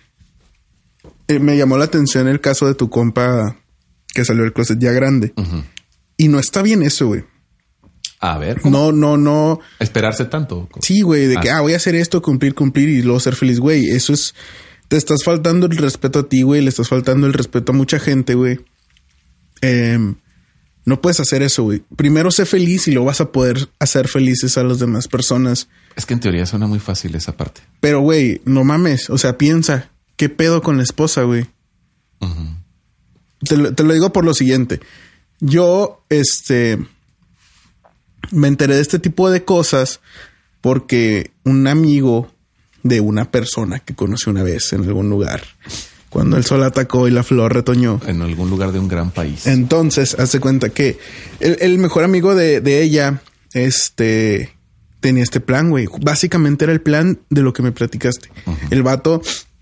eh, me llamó la atención el caso de tu compa que salió del closet ya grande. Uh-huh. Y no está bien eso, güey. A ver. ¿cómo? No, no, no. Esperarse tanto. Sí, güey, de Ah. que, ah, voy a hacer esto, cumplir, cumplir y luego ser feliz, güey. Eso es, te estás faltando el respeto a ti, güey. Le estás faltando el respeto a mucha gente, güey. Eh, no puedes hacer eso, güey. Primero sé feliz y luego vas a poder hacer felices a las demás personas. Es que en teoría suena muy fácil esa parte. Pero, güey, no mames. O sea, piensa, ¿qué pedo con la esposa, güey? Uh-huh. Te lo, te lo digo por lo siguiente. Yo, este, me enteré de este tipo de cosas porque un amigo de una persona que conocí una vez en algún lugar, cuando el sol atacó y la flor retoñó. En algún lugar de un gran país. Entonces, hace cuenta que el, el mejor amigo de, de ella, este, tenía este plan, güey. Básicamente era el plan de lo que me platicaste. Uh-huh. El vato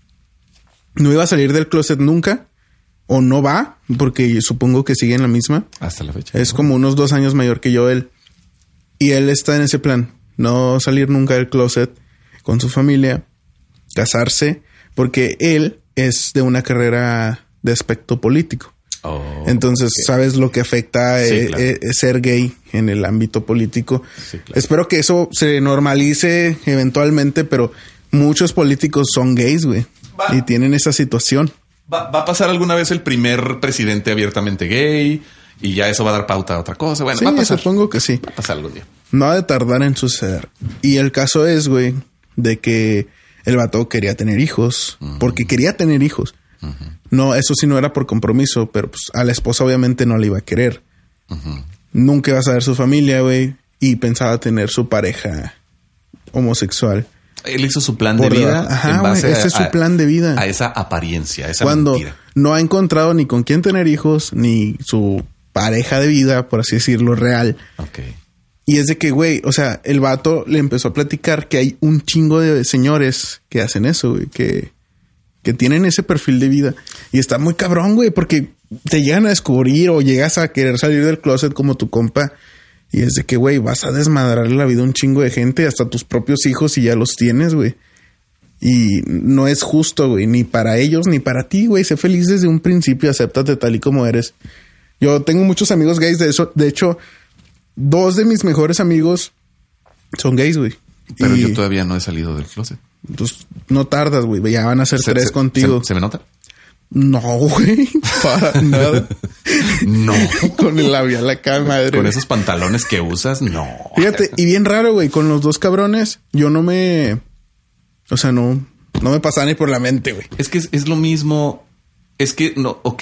no iba a salir del closet nunca. O no va, porque supongo que sigue en la misma. Hasta la fecha. Es como unos dos años mayor que yo él. Y él está en ese plan. No salir nunca del closet con su familia. Casarse. Porque él es de una carrera de aspecto político. Oh, Entonces, okay. ¿sabes lo que afecta sí, eh, claro. eh, ser gay en el ámbito político? Sí, claro. Espero que eso se normalice eventualmente, pero muchos políticos son gays, güey. Y tienen esa situación. Va, va a pasar alguna vez el primer presidente abiertamente gay y ya eso va a dar pauta a otra cosa. Bueno, sí, va a pasar. Supongo que sí. Va a pasar algún día. No ha de tardar en suceder. Y el caso es, güey, de que el vato quería tener hijos. Uh-huh. Porque quería tener hijos. Uh-huh. No, eso sí no era por compromiso, pero pues a la esposa obviamente no le iba a querer. Uh-huh. Nunca iba a saber su familia, güey. Y pensaba tener su pareja homosexual. Él hizo su plan de vida. Ajá, en base wey, ese a, es su plan de vida. A esa apariencia, a esa Cuando mentira. No ha encontrado ni con quién tener hijos, ni su pareja de vida, por así decirlo, real. Ok. Y es de que, güey, o sea, el vato le empezó a platicar que hay un chingo de señores que hacen eso, güey, que, que tienen ese perfil de vida. Y está muy cabrón, güey, porque te llegan a descubrir o llegas a querer salir del closet como tu compa. Y es de que, güey, vas a desmadrarle la vida a un chingo de gente, hasta tus propios hijos, y ya los tienes, güey. Y no es justo, güey, ni para ellos ni para ti, güey. Sé feliz desde un principio, acéptate tal y como eres. Yo tengo muchos amigos gays de eso. De hecho, dos de mis mejores amigos son gays, güey. Pero y yo todavía no he salido del closet. Pues no tardas, güey. Ya van a ser se, tres se, contigo. ¿Se, ¿Se me nota? No, güey, para nada. No. Con el labial acá, madre. Con esos pantalones que usas, no. Fíjate, y bien raro, güey, con los dos cabrones, yo no me... O sea, no, no me pasa ni por la mente, güey. Es que es, es lo mismo. Es que, no, ok.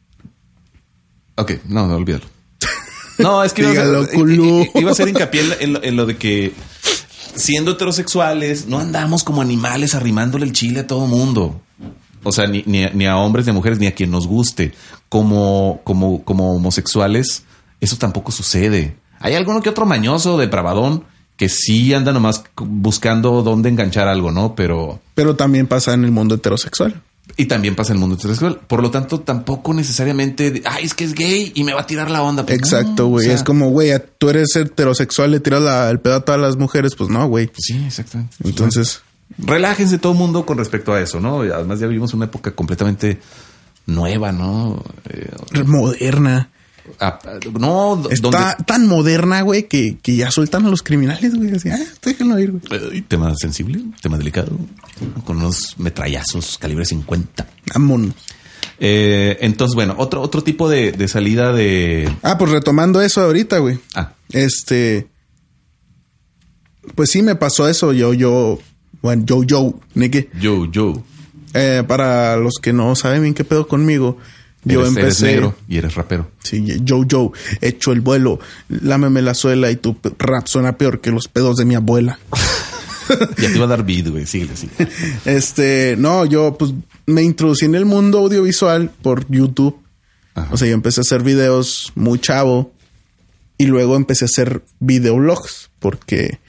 Ok, no, no, olvídalo. No, es que iba, Dígalo, a, hacer, iba a hacer hincapié en, en, lo, en lo de que siendo heterosexuales no andamos como animales arrimándole el chile a todo mundo. O sea, ni, ni, ni a hombres, ni a mujeres, ni a quien nos guste. Como, como, como homosexuales, eso tampoco sucede. Hay alguno que otro mañoso, depravadón, que sí anda nomás buscando dónde enganchar algo, ¿no? Pero... Pero también pasa en el mundo heterosexual. Y también pasa en el mundo heterosexual. Por lo tanto, tampoco necesariamente... Ay, es que es gay y me va a tirar la onda. Pues exacto, güey. No, o sea, es como, güey, tú eres heterosexual, le tiras la, el pedo a todas las mujeres. Pues no, güey. Sí, exactamente. Entonces... Relájense todo el mundo con respecto a eso, ¿no? Además ya vivimos una época completamente nueva, ¿no? Eh, moderna. A, no, está donde... tan moderna, güey, que, que ya sueltan a los criminales, güey. Así, ah, déjenlo ir, güey. Tema sensible, tema delicado, con unos metrallazos calibre cincuenta. Vámonos. Eh, entonces, bueno, otro, otro tipo de, de salida de... Ah, pues retomando eso ahorita, güey. Ah. Este... pues sí, me pasó eso. Yo, yo, bueno, yo, yo, Nicky. Yo, yo. Eh, para los que no saben bien qué pedo conmigo, yo eres, empecé... Eres negro y eres rapero. Sí, yo, yo, echo el vuelo, lámeme la suela y tu rap suena peor que los pedos de mi abuela. Ya te iba a dar beat, güey. Síguele, síguele. Este, no, yo pues me introducí en el mundo audiovisual por YouTube. Ajá. O sea, yo empecé a hacer videos muy chavo y luego empecé a hacer videoblogs porque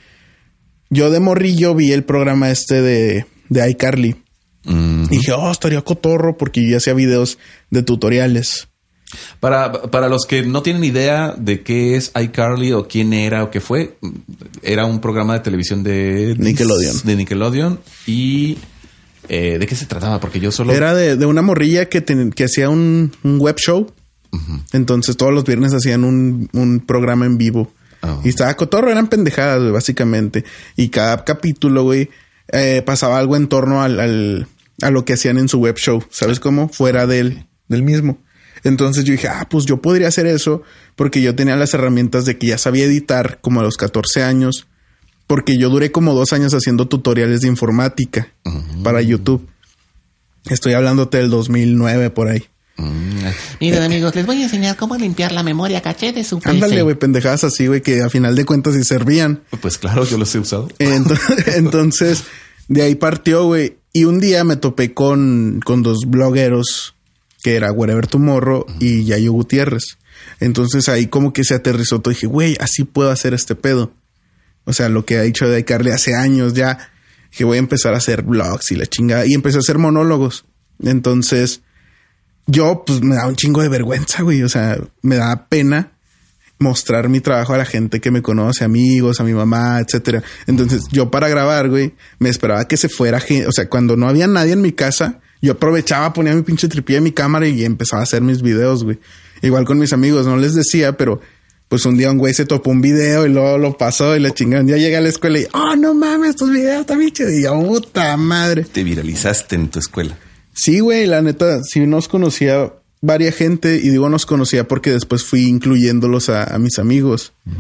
yo de morrillo vi el programa este de, de iCarly. Uh-huh. Y dije, oh, estaría cotorro porque yo ya hacía videos de tutoriales. Para, para los que no tienen idea de qué es iCarly o quién era o qué fue, era un programa de televisión de Nickelodeon. De Nickelodeon. Y eh, ¿de qué se trataba? Porque yo solo... Era de, de una morrilla que, ten, que hacía un, un web show. Uh-huh. Entonces todos los viernes hacían un, un programa en vivo. Oh. Y estaba cotorro, eran pendejadas, güey, básicamente. Y cada capítulo, güey, eh, pasaba algo en torno al, al, a lo que hacían en su web show. ¿Sabes cómo? Fuera del, del mismo. Entonces yo dije, ah, pues yo podría hacer eso porque yo tenía las herramientas de que ya sabía editar como a los catorce años, porque yo duré como dos años haciendo tutoriales de informática uh-huh. para YouTube. Estoy hablándote del dos mil nueve por ahí. Uh-huh. Miren, amigos, les voy a enseñar cómo limpiar la memoria caché de su P C. Ándale, güey, pendejadas así, güey, que a final de cuentas sí servían. Pues claro, yo los he usado. Entonces, entonces de ahí partió, güey. Y un día me topé con, con dos blogueros que era Wherever Tomorrow y Yayo Gutiérrez. Entonces ahí como que se aterrizó todo. Dije, güey, así puedo hacer este pedo. O sea, lo que ha dicho de iCarly hace años ya. Dije, voy a empezar a hacer vlogs y la chingada. Y empecé a hacer monólogos. Entonces, yo, pues, me da un chingo de vergüenza, güey. O sea, me da pena mostrar mi trabajo a la gente que me conoce, amigos, a mi mamá, etcétera. Entonces, yo para grabar, güey, me esperaba que se fuera gente. O sea, cuando no había nadie en mi casa, yo aprovechaba, ponía mi pinche tripié en mi cámara y empezaba a hacer mis videos, güey. Igual con mis amigos, no les decía, pero pues un día un güey se topó un video y luego lo pasó y le chingó. Un día llegué a la escuela y, oh, no mames, estos videos están bien chidos. Y yo, puta madre. Te viralizaste en tu escuela. Sí, güey, la neta, sí nos conocía varias gente y digo nos conocía porque después fui incluyéndolos a, a mis amigos. Uh-huh.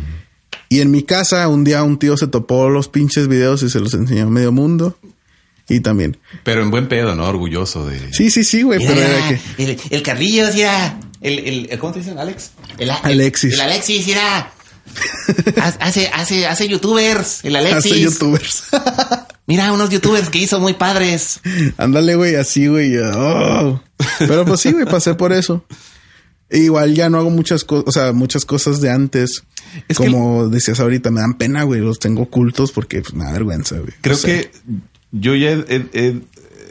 Y en mi casa un día un tío se topó los pinches videos y se los enseñó a medio mundo. Y también. Pero en buen pedo, ¿no? Orgulloso de... Sí, sí, sí, güey. Mira, Pero era que... El, el Carrillos, mira. El, el, el, ¿cómo te dicen? ¿Alex? El, el, Alexis. El Alexis, mira. hace, hace, hace youtubers. El Alexis. Hace youtubers. Mira, unos youtubers que hizo muy padres. Ándale, güey, así, güey. Oh. Pero pues sí, güey, pasé por eso. E igual ya no hago muchas cosas, o sea, muchas cosas de antes. Es como que... decías ahorita, me dan pena, güey. Los tengo ocultos porque pues, me da vergüenza, güey. Creo no sé. que yo ya he, he, he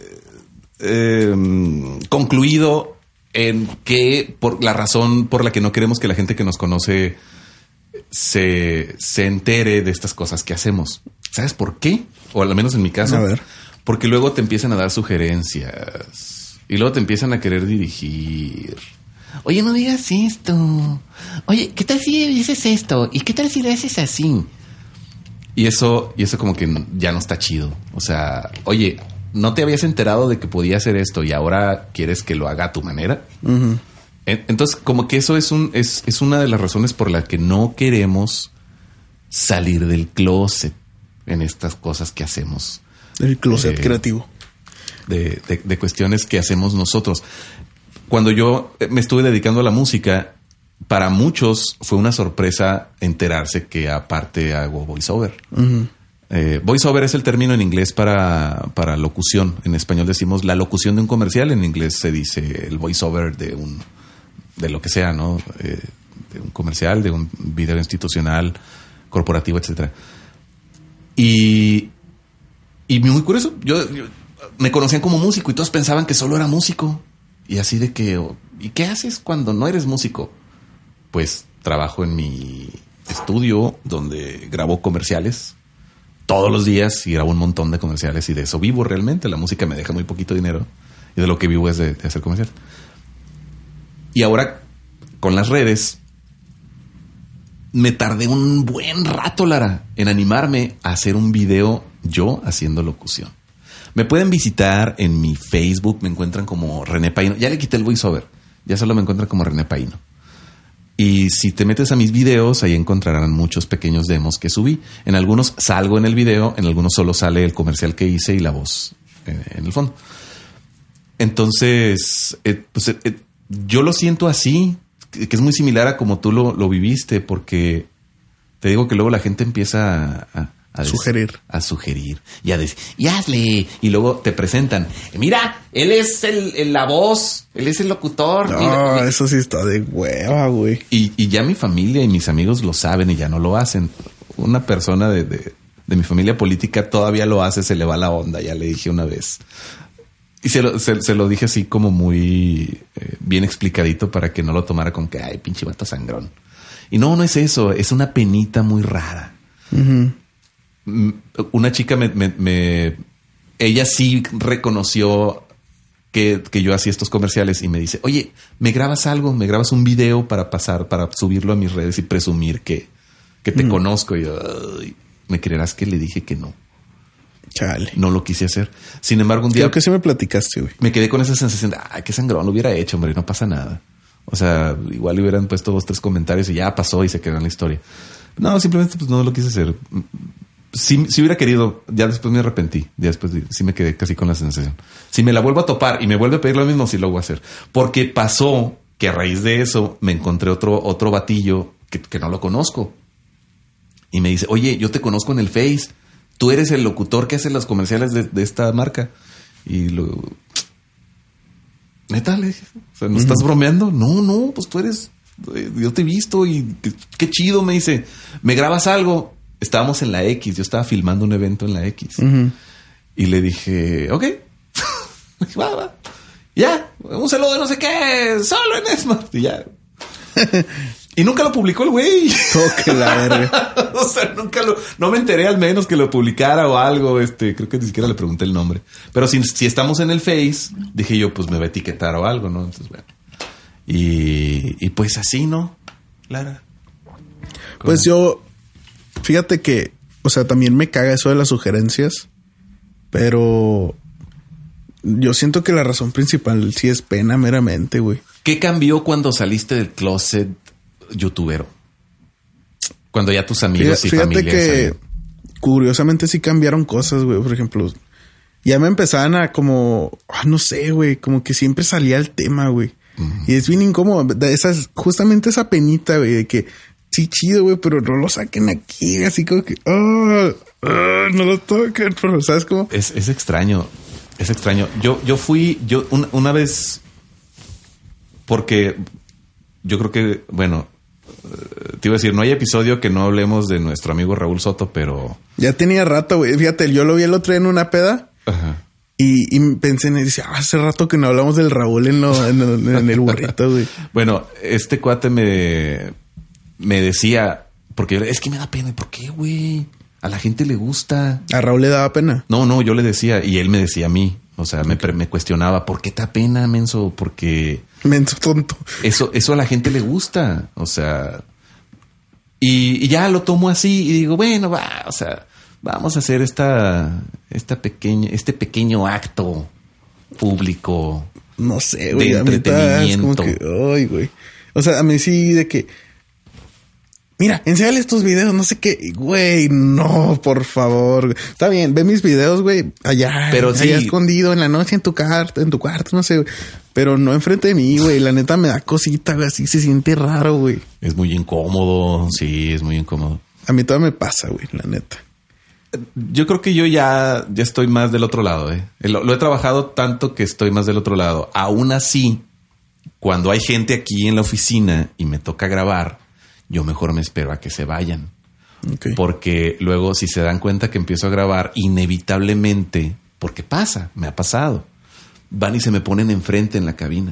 eh, concluido en que por la razón por la que no queremos que la gente que nos conoce se, se entere de estas cosas que hacemos. ¿Sabes por qué? O al menos en mi caso. A ver. Porque luego te empiezan a dar sugerencias y luego te empiezan a querer dirigir. Oye, no digas esto. Oye, ¿qué tal si dices esto? ¿Y qué tal si le haces así? Y eso, y eso como que ya no está chido. O sea, oye, ¿no te habías enterado de que podía hacer esto y ahora quieres que lo haga a tu manera? Uh-huh. Entonces, como que eso es un, es, es una de las razones por las que no queremos salir del closet en estas cosas que hacemos. El closet eh, creativo. De, de, de cuestiones que hacemos nosotros. Cuando yo me estuve dedicando a la música, para muchos fue una sorpresa enterarse que aparte hago voiceover. Uh-huh. Eh, voiceover es el término en inglés para, para locución. En español decimos la locución de un comercial. En inglés se dice el voiceover de un, de lo que sea, ¿no? Eh, de un comercial, de un video institucional, corporativo, etcétera. Y, y muy curioso. Yo, yo me conocían como músico y todos pensaban que solo era músico. Y así de que, ¿y qué haces cuando no eres músico? Pues trabajo en mi estudio donde grabo comerciales todos los días y grabo un montón de comerciales y de eso vivo realmente. La música me deja muy poquito dinero y de lo que vivo es de, de hacer comerciales. Y ahora con las redes me tardé un buen rato, Lara, en animarme a hacer un video yo haciendo locución. Me pueden visitar en mi Facebook, me encuentran como René Paino. Ya le quité el voiceover, ya solo me encuentran como René Paino. Y si te metes a mis videos, ahí encontrarán muchos pequeños demos que subí. En algunos salgo en el video, en algunos solo sale el comercial que hice y la voz en, en el fondo. Entonces, eh, pues, eh, yo lo siento así, que es muy similar a como tú lo, lo viviste, porque te digo que luego la gente empieza a, a sugerir, des, a sugerir y a decir, y hazle, y luego te presentan, mira, él es el, el la voz, él es el locutor. No, mira, eso sí está de hueva, güey. Y, y ya mi familia y mis amigos lo saben y ya no lo hacen. Una persona de, de, de mi familia política todavía lo hace, se le va la onda, ya le dije una vez. Y se lo, se, se lo dije así como muy eh, bien explicadito para que no lo tomara como que, ay, pinche vato sangrón. Y no, no es eso, es una penita muy rara. Uh-huh. Una chica me, me, me... Ella sí reconoció que, que yo hacía estos comerciales y me dice, oye, ¿me grabas algo? ¿Me grabas un video para pasar, para subirlo a mis redes y presumir que, que te uh-huh. conozco? Y yo, ay, ¿me creerás que le dije que no? Chale. No lo quise hacer. Sin embargo, un día... Creo que sí me platicaste, güey. Me quedé con esa sensación de, ay, qué sangrón lo hubiera hecho, hombre, no pasa nada. O sea, igual hubieran puesto dos, tres comentarios y ya pasó y se quedó en la historia. No, simplemente pues no lo quise hacer. Si, si hubiera querido, ya después me arrepentí. Ya después sí me quedé casi con la sensación. Si me la vuelvo a topar y me vuelve a pedir lo mismo, sí lo voy a hacer. Porque pasó que a raíz de eso me encontré otro, otro batillo que, que no lo conozco. Y me dice, oye, yo te conozco en el Face. Tú eres el locutor que hace los comerciales de, de esta marca. Y lo... ¿Neta? Le dije, o sea, ¿no uh-huh. estás bromeando? No, no, pues tú eres... Yo te he visto y qué, qué chido, me dice. ¿Me grabas algo? Estábamos en la X. Yo estaba filmando un evento en la X. Uh-huh. Y le dije, ok. va, va. Ya, un saludo de no sé qué. Solo en Smart. Y ya. Y nunca lo publicó el güey. Oh, que la verga. O sea, nunca lo... No me enteré al menos que lo publicara o algo. Este, creo que ni siquiera le pregunté el nombre. Pero si, si estamos en el Face, dije yo, pues me va a etiquetar o algo, ¿no? Entonces, bueno. Y, y pues así, ¿no? Lara. Pues yo... Fíjate que... O sea, también me caga eso de las sugerencias. Pero... Yo siento que la razón principal sí es pena meramente, güey. ¿Qué cambió cuando saliste del closet youtubero? Cuando ya tus amigos fíjate, y familia Fíjate que salieron. Curiosamente sí cambiaron cosas, güey. Por ejemplo, ya me empezaban a como... Oh, no sé, güey. Como que siempre salía el tema, güey. Uh-huh. Y es bien incómodo. Esa, justamente esa penita, güey, de que... Sí, chido, güey, pero no lo saquen aquí. Así como que... Oh, oh, no lo toquen, pero ¿sabes cómo? Es, es extraño. Es extraño. Yo, yo fui... yo una, una vez... Porque yo creo que... Bueno... Te iba a decir, no hay episodio que no hablemos de nuestro amigo Raúl Soto, pero... Ya tenía rato, güey. Fíjate, yo lo vi el otro día en una peda. Ajá. Y, y pensé en él. Dice, ah, hace rato que no hablamos del Raúl en, lo, en, en el burrito, güey. Bueno, este cuate me... Me decía... Porque yo, es que me da pena. ¿Por qué, güey? A la gente le gusta. ¿A Raúl le daba pena? No, no, yo le decía. Y él me decía a mí. O sea, me, me cuestionaba. ¿Por qué te da pena, menso? Porque... Menso tonto. Eso, eso a la gente le gusta. O sea... Y, y ya lo tomo así y digo, bueno, va, o sea, vamos a hacer esta, esta pequeña, este pequeño acto público. No sé, güey. De entretenimiento. Es como que, ay, güey. O sea, a mí sí de que, mira, enséñale estos videos, no sé qué. Güey, no, por favor. Está bien, ve mis videos, güey, allá. Pero allá sí. escondido en la noche en tu cuarto, en tu cuarto, no sé, güey. Pero no enfrente de mí, güey. La neta me da cosita, güey. Así se siente raro, güey. Es muy incómodo. Sí, es muy incómodo. A mí todavía me pasa, güey, la neta. Yo creo que yo ya, ya estoy más del otro lado, ¿eh? Lo, lo he trabajado tanto que estoy más del otro lado. Aún así, cuando hay gente aquí en la oficina y me toca grabar, yo mejor me espero a que se vayan. Okay. Porque luego, si se dan cuenta que empiezo a grabar, inevitablemente, porque pasa, me ha pasado, van y se me ponen enfrente en la cabina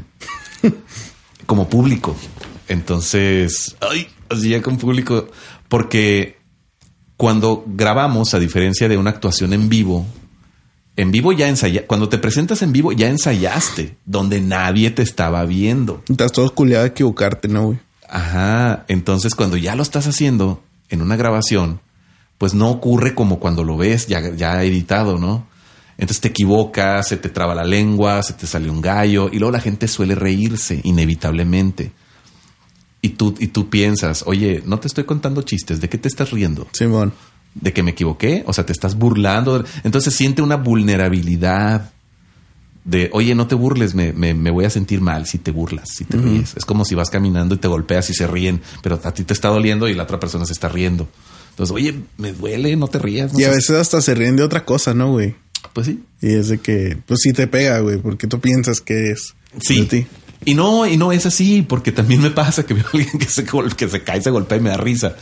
como público. Entonces, ay, así ya con público, porque cuando grabamos, a diferencia de una actuación en vivo, en vivo ya ensayaste. Cuando te presentas en vivo ya ensayaste, donde nadie te estaba viendo. Estás todo culiado a equivocarte, ¿no, güey? Ajá. Entonces, cuando ya lo estás haciendo en una grabación, pues no ocurre como cuando lo ves ya, ya editado, ¿no? Entonces te equivocas, se te traba la lengua, se te sale un gallo y luego la gente suele reírse inevitablemente. y tú, y tú piensas, oye, no te estoy contando chistes, ¿de qué te estás riendo? Simón. ¿De que me equivoqué? O sea, te estás burlando. Entonces siente una vulnerabilidad de, oye, no te burles, me, me, me voy a sentir mal si te burlas, si te uh-huh. ríes. Es como si vas caminando y te golpeas y se ríen, pero a ti te está doliendo y la otra persona se está riendo. Entonces, oye, me duele, no te rías. No y sé. A veces hasta se ríen de otra cosa, ¿no, güey? Pues sí. Y es de que, pues sí te pega, güey, porque tú piensas que es sí. de ti. Y no, y no es así, porque también me pasa que veo a alguien que se, que se cae, se golpea y me da risa.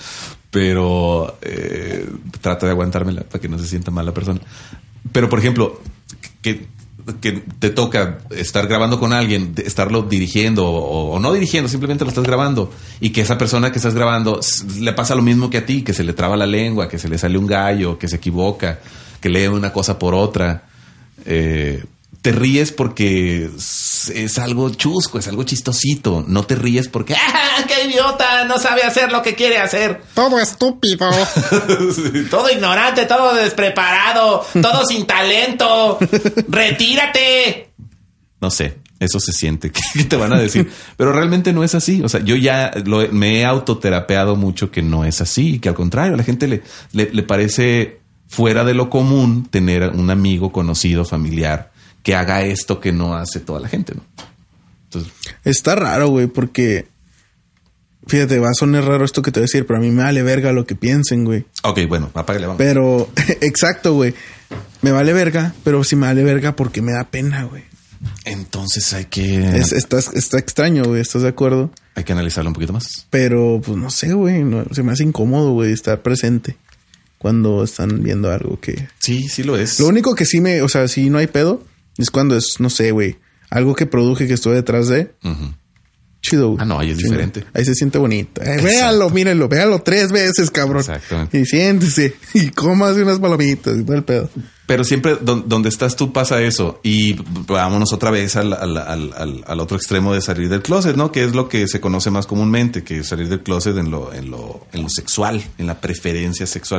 Pero eh, trato de aguantármela para que no se sienta mal la persona. Pero, por ejemplo, que, que te toca estar grabando con alguien, estarlo dirigiendo o, o no dirigiendo, simplemente lo estás grabando y que esa persona que estás grabando le pasa lo mismo que a ti, que se le traba la lengua, que se le sale un gallo, que se equivoca, que lee una cosa por otra. Eh, te ríes porque es algo chusco, es algo chistosito. No te ríes porque ¡ah, qué idiota! No sabe hacer lo que quiere hacer. Todo estúpido. Sí. Todo ignorante, todo despreparado, todo sin talento. ¡Retírate! No sé, eso se siente. ¿Qué te van a decir? Pero realmente no es así. O sea, yo ya lo, me he autoterapeado mucho que no es así. Que al contrario, a la gente le, le, le parece fuera de lo común tener un amigo, conocido, familiar que haga esto que no hace toda la gente, ¿no? Entonces, está raro, güey, porque fíjate, va a sonar raro esto que te voy a decir, pero a mí me vale verga lo que piensen, güey. Ok, bueno, apágale, vamos. Pero, exacto, güey. Me vale verga, pero sí me vale verga porque me da pena, güey. Entonces hay que... Es, está, está extraño, güey, ¿estás de acuerdo? Hay que analizarlo un poquito más. Pero, pues no sé, güey, no, se me hace incómodo, güey, estar presente cuando están viendo algo que... Sí, sí lo es. Lo único que sí me... O sea, si no hay pedo... Es cuando es, no sé, güey, algo que produje que estuve detrás de. Uh-huh. Chido, güey. Ah, no, ahí es chido. Diferente. Ahí se siente bonito. Eh, véalo, mírenlo, véalo tres veces, cabrón. Exactamente. Y siéntese y comas unas palomitas y todo el pedo. Pero siempre don, donde estás tú pasa eso. Y vámonos otra vez al, al, al, al, al otro extremo de salir del closet, ¿no? Que es lo que se conoce más comúnmente, que es salir del closet en lo, en lo, en lo sexual, en la preferencia sexual.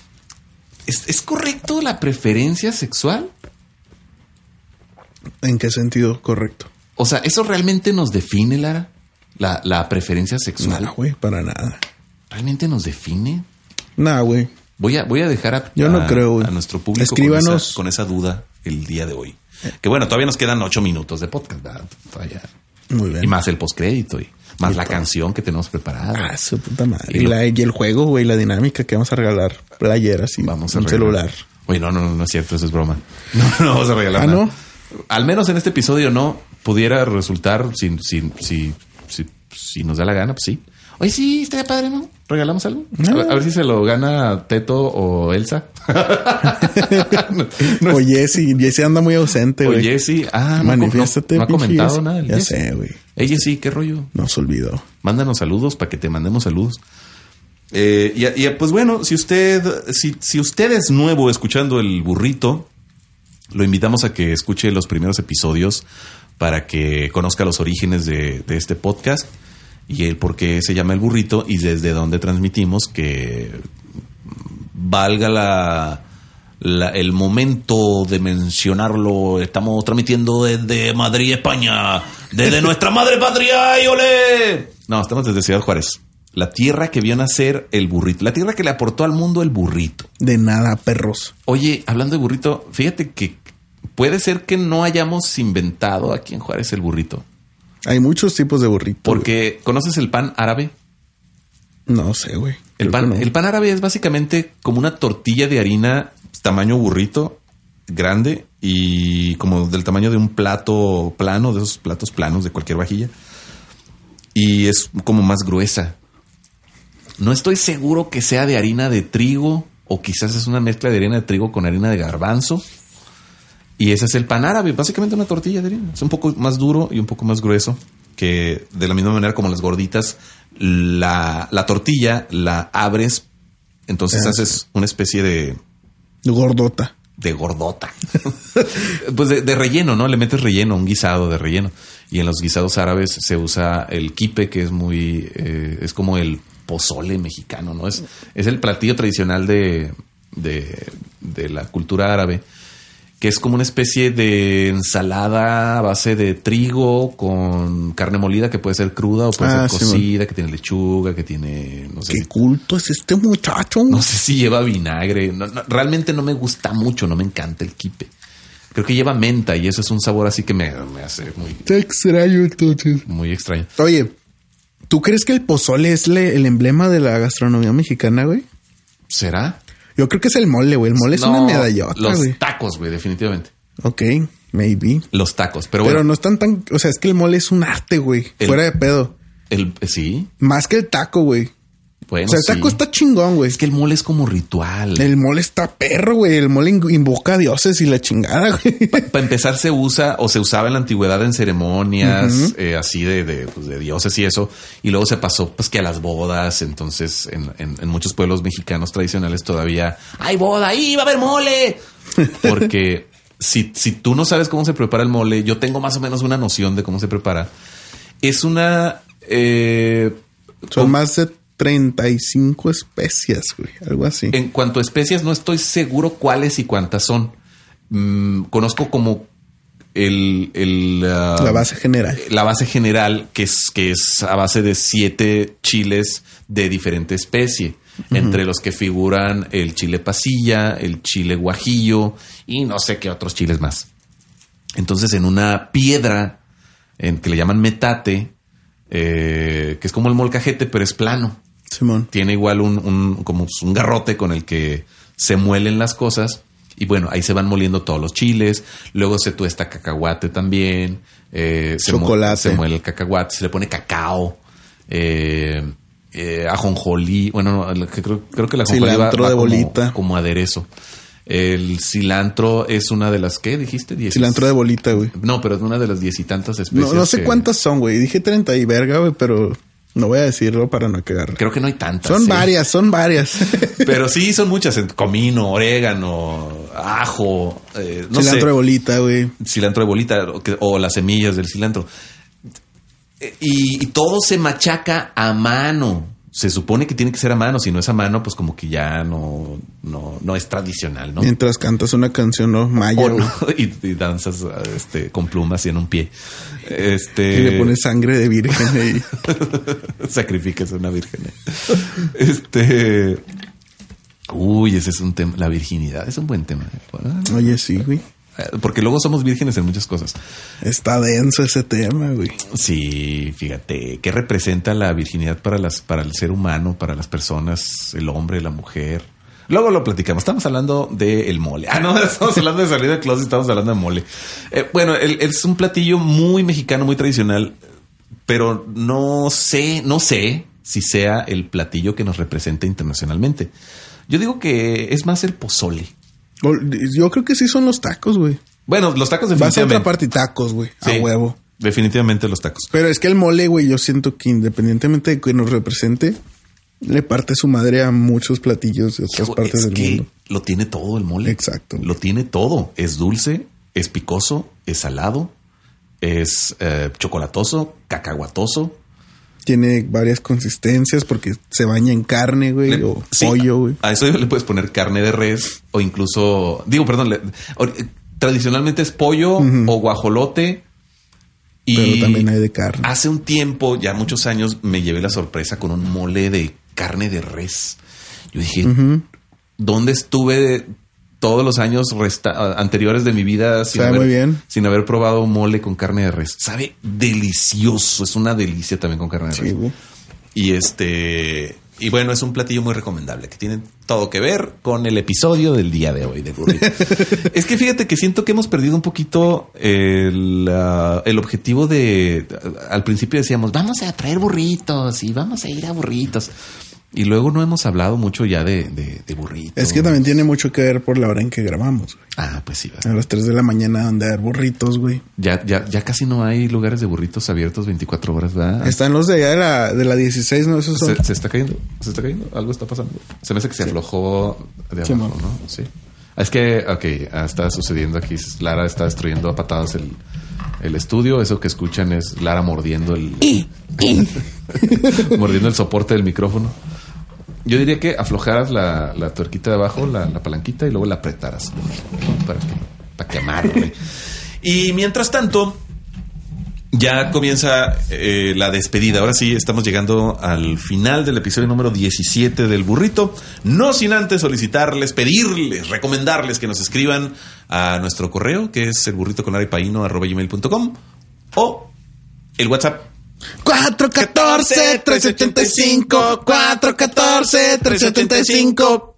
¿Es, ¿Es correcto la preferencia sexual? ¿En qué sentido correcto? O sea, ¿eso realmente nos define, Lara? La, la preferencia sexual. No, güey, para nada. ¿Realmente nos define? Nah, güey. Voy a, voy a dejar a, Yo no a, creo, güey. a nuestro público Escríbanos. Con esa, con esa duda el día de hoy. Que bueno, todavía nos quedan ocho minutos de podcast, ¿verdad? Todavía. Muy bien. Y más el postcrédito y más y la todo. Canción que tenemos preparada. Ah, su puta madre. Y, y, lo, la, y el juego, güey, la dinámica que vamos a regalar. Playeras y vamos a un regalar. celular. Oye, no, no, no es cierto, eso es broma. No, no vamos a regalar ¿Ah, nada. no? Al menos en este episodio no pudiera resultar si, si, si, si, si nos da la gana, pues sí. Oye, sí, estaría padre, ¿no? ¿Regalamos algo? No. A, ver, a ver si se lo gana Teto o Elsa. no, no o Jessy. Jessy anda muy ausente, güey. O Jessy. Ah, manifiéstate. No, no, no ha comentado Jessy. nada. Ya Jessy. sé, güey. Ey, Jessy, ¿qué rollo? Nos olvidó. Mándanos saludos para que te mandemos saludos. Eh, y, y pues bueno, si usted, si, si usted es nuevo escuchando El Burrito, lo invitamos a que escuche los primeros episodios para que conozca los orígenes de, de este podcast y el por qué se llama El Burrito y desde dónde transmitimos, que valga la, la, el momento de mencionarlo. Estamos transmitiendo desde Madrid, España, desde nuestra madre patria y olé. No, estamos desde Ciudad Juárez. La tierra que vio nacer el burrito. La tierra que le aportó al mundo el burrito. De nada, perros. Oye, hablando de burrito, fíjate que puede ser que no hayamos inventado aquí en Juárez el burrito. Hay muchos tipos de burrito. Porque, güey. ¿Conoces el pan árabe? No sé, güey. El pan, no. el pan árabe es básicamente como una tortilla de harina tamaño burrito, grande y como del tamaño de un plato plano, de esos platos planos de cualquier vajilla. Y es como más gruesa. No estoy seguro que sea de harina de trigo o quizás es una mezcla de harina de trigo con harina de garbanzo. Y ese es el pan árabe, básicamente una tortilla de harina. Es un poco más duro y un poco más grueso, que de la misma manera como las gorditas, la, la tortilla la abres, entonces ah, haces una especie de... Gordota. De gordota. Pues de, de relleno, ¿no? Le metes relleno, un guisado de relleno. Y en los guisados árabes se usa el quipe, que es muy... Eh, es como el pozole mexicano, ¿no? Es, es el platillo tradicional de, de, de la cultura árabe. que es como una especie de ensalada a base de trigo con carne molida, que puede ser cruda o puede Ah, ser sí, cocida, que tiene lechuga, que tiene, no sé. Qué culto es este muchacho. No sé si lleva vinagre. No, no, realmente no me gusta mucho, no me encanta el quipe. Creo que lleva menta y eso es un sabor así que me, me hace muy, Te extraño entonces. muy extraño. Oye, ¿tú crees que el pozole es le- el emblema de la gastronomía mexicana, güey? ¿Será? Yo creo que es el mole, güey. El mole es No, una medallota, Los güey. tacos, güey, definitivamente. Ok, maybe. Los tacos. Pero, Pero bueno, no están tan... O sea, es que el mole es un arte, güey. El- Fuera de pedo. el, sí. Más que el taco, güey. Bueno, O sea, el sí. taco está chingón, güey. Es que el mole es como ritual. El mole está perro, güey. El mole in- invoca a dioses y la chingada, güey. Para empezar, se usa o se usaba en la antigüedad en ceremonias eh, así de, de, pues, de dioses y eso. Y luego se pasó pues que a las bodas. Entonces, en, en, en muchos pueblos mexicanos tradicionales todavía hay boda, ¡ahí va a haber mole! Porque si, si tú no sabes cómo se prepara el mole, yo tengo más o menos una noción de cómo se prepara. Es una... Eh, Son con- más de treinta y cinco especias, güey. Algo así. En cuanto a especias, no estoy seguro cuáles y cuántas son. Mm, conozco como el, el uh, La base general. la base general, que es, que es a base de siete chiles de diferente especie, uh-huh. entre los que figuran el chile pasilla, el chile guajillo y no sé qué otros chiles más. Entonces, en una piedra en que le llaman metate, eh, que es como el molcajete, pero es plano. Simón. Tiene igual un, un como un garrote con el que se muelen las cosas. Y bueno, ahí se van moliendo todos los chiles. Luego se tuesta cacahuate también. Eh, se Chocolate. mu- Se muele el cacahuate. Se le pone cacao. Eh, eh, ajonjolí. Bueno, no, creo, creo que la ajonjolí va, Cilantro va de como, bolita. como aderezo. El cilantro es una de las, ¿qué dijiste? Diez. Cilantro de bolita, güey. No, pero es una de las diez y tantas especies. No, no sé que- cuántas son, güey. Dije treinta y verga, güey, pero no voy a decirlo para no cagarla. Creo que no hay tantas. Son sí. varias, son varias. Pero sí, son muchas. Comino, orégano, ajo, eh, no Cilantro sé. de bolita, güey. Cilantro de bolita o, que- o las semillas del cilantro. Eh, Y, y todo se machaca a mano. Se supone que tiene que ser a mano. Si no es a mano, pues como que ya no, no, no es tradicional, ¿no? Mientras cantas una canción, ¿no? Maya, O güey. no, y, y danzas este, con plumas y en un pie. Este... Y le pones sangre de virgen ahí. Sacrifiques a una virgen. Este. Uy, ese es un tema. La virginidad es un buen tema. ¿eh? Oye, sí, güey. Porque luego somos vírgenes en muchas cosas. Está denso ese tema, güey. Sí, fíjate. ¿Qué representa la virginidad para las, para el ser humano, para las personas, el hombre, la mujer? Luego lo platicamos. Estamos hablando del mole. Ah, no, estamos hablando de salir del closet, estamos hablando de mole. Eh, bueno, el, es un platillo muy mexicano, muy tradicional, pero no sé, no sé si sea el platillo que nos representa internacionalmente. Yo digo que es más el pozole. O- Yo creo que sí son los tacos, güey. Bueno, los tacos Vas a definitivamente. otra parte y tacos, güey. Sí, A huevo. definitivamente los tacos. Pero es que el mole, güey, yo siento que independientemente de que nos represente, le parte su madre a muchos platillos de otras Hijo, partes es del que mundo. lo tiene todo el mole. Exacto. Lo tiene todo. Es dulce, es picoso, es salado, es eh, chocolatoso, cacahuatoso. Tiene varias consistencias porque se baña en carne, güey, Le- o sí, pollo, güey. A eso le puedes poner carne de res o incluso, digo, perdón, le- or- tradicionalmente es pollo o guajolote. Y Pero también hay de carne. hace un tiempo, ya muchos años, me llevé la sorpresa con un mole de carne de res. Yo dije, ¿dónde estuve todos los años resta- anteriores de mi vida sin Sabe haber, muy bien. sin haber probado mole con carne de res? Sabe delicioso. Es una delicia también con carne de Sí, res. güey. Y este, y bueno, es un platillo muy recomendable que tiene todo que ver con el episodio del día de hoy de burritos. Es que fíjate que siento que hemos perdido un poquito el, uh, el objetivo de. Al principio decíamos, vamos a traer burritos y vamos a ir a burritos. Y luego no hemos hablado mucho ya de, de, de burritos. Es que también tiene mucho que ver por la hora en que grabamos, güey. Ah, pues sí. A las tres de la mañana donde hay burritos, güey. Ya, ya, ya casi no hay lugares de burritos abiertos veinticuatro horas, ¿verdad? Están los de allá de la, de la dieciséis, ¿no? Esos son. Se, se está cayendo, se está cayendo, algo está pasando. Se me hace que se aflojó de Sí, abajo, man. ¿no? Sí. Es que, ok, ah, está sucediendo aquí. Lara está destruyendo a patadas el, el estudio. Eso que escuchan es Lara mordiendo el mordiendo el soporte del micrófono. Yo diría que aflojaras la, la tuerquita de abajo, la, la palanquita, y luego la apretaras para que para quemarlo, güey. Y mientras tanto, ya comienza eh, la despedida. Ahora sí, estamos llegando al final del episodio número diecisiete del Burrito. No sin antes solicitarles, pedirles, recomendarles que nos escriban a nuestro correo, que es el burrito con lara y paino arroba gmail punto com, o el WhatsApp. cuatro uno cuatro, tres ocho cinco, cuatro uno cuatro, tres ocho cinco.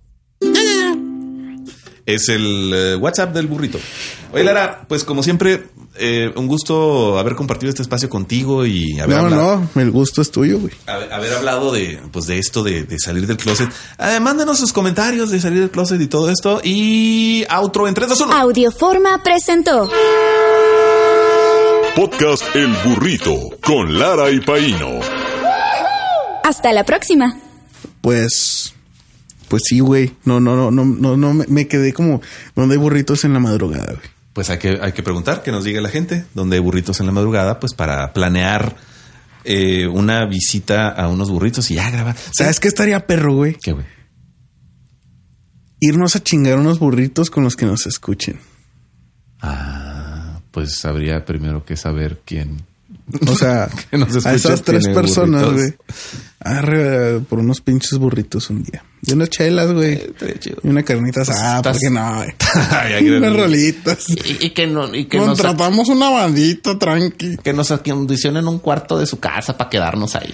Es el eh, WhatsApp del Burrito. Oye, Lara, pues como siempre, eh, un gusto haber compartido este espacio contigo y haber No, hablado, no, el gusto es tuyo, güey. haber, haber hablado de, pues, de esto de, de salir del closet. Eh, mándenos sus comentarios de salir del closet y todo esto. Y outro en tres, dos, uno. Audioforma presentó Podcast El Burrito con Lara y Paino. Hasta la próxima. Pues, pues sí, güey. No, no, no, no, no, no, me, me quedé como donde hay burritos en la madrugada, güey. Pues hay que, hay que preguntar, que nos diga la gente dónde hay burritos en la madrugada, pues para planear eh, una visita a unos burritos y ya grabar. ¿Sabes qué estaría perro, güey? ¿Qué, güey? Irnos a chingar unos burritos con los que nos escuchen. Ah, pues habría primero que saber quién. O sea, Que nos escucha a esas tres tiene personas, burritos. güey. Arre, por unos pinches burritos un día. Y unas chelas, güey. Eh, estaría chido. Y una carnita asada, estás- ¿por qué no, güey? Ay, ay, Unas rolitas. Y, y que no, y que nos, Contratamos una bandita, tranqui. que nos acondicionen un cuarto de su casa para quedarnos ahí.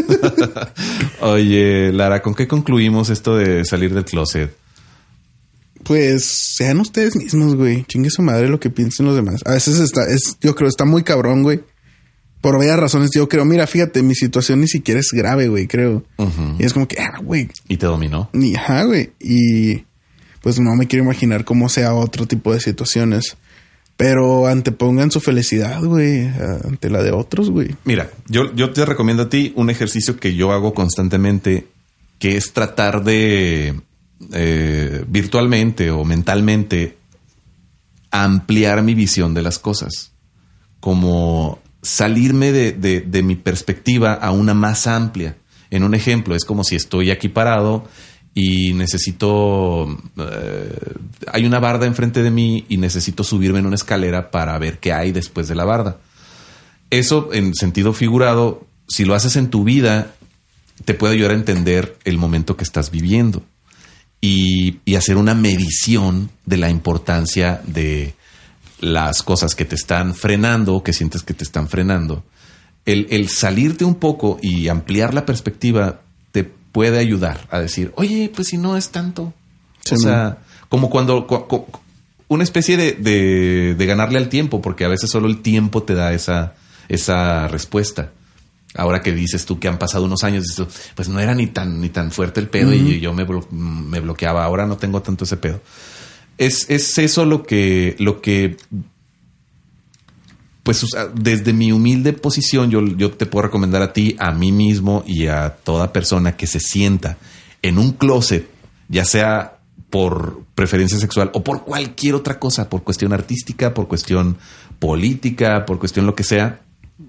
Oye, Lara, ¿con qué concluimos esto de salir del closet? Pues sean ustedes mismos, güey. Chingue su madre lo que piensen los demás. A veces está, es, yo creo, está muy cabrón, güey. Por varias razones, yo creo, mira, fíjate, mi situación ni siquiera es grave, güey, creo. Ujú. Y es como que, ah, güey, Y te dominó. ni ajá, güey. Y pues no me quiero imaginar cómo sea otro tipo de situaciones. Pero antepongan su felicidad, güey, ante la de otros, güey. Mira, yo, yo te recomiendo a ti un ejercicio que yo hago constantemente, que es tratar de eh, virtualmente o mentalmente ampliar mi visión de las cosas. Como salirme de, de, de mi perspectiva a una más amplia. En un ejemplo, es como si estoy aquí parado y necesito... Eh, hay una barda enfrente de mí y necesito subirme en una escalera para ver qué hay después de la barda. Eso, en sentido figurado, si lo haces en tu vida, te puede ayudar a entender el momento que estás viviendo y, y hacer una medición de la importancia de las cosas que te están frenando o que sientes que te están frenando. El, el salirte un poco y ampliar la perspectiva te puede ayudar a decir, oye, pues si no es tanto. Sí, o sea, man. como cuando... cu- cu- una especie de, de, de ganarle al tiempo, porque a veces solo el tiempo te da esa, esa respuesta. Ahora que dices tú que han pasado unos años, dices tú, pues no era ni tan, ni tan fuerte el pedo. Uh-huh. Y yo me, blo- me bloqueaba. Ahora no tengo tanto ese pedo. Es, es eso lo que, lo que, pues o sea, desde mi humilde posición, yo, yo te puedo recomendar a ti, a mí mismo y a toda persona que se sienta en un closet, ya sea por preferencia sexual o por cualquier otra cosa, por cuestión artística, por cuestión política, por cuestión lo que sea.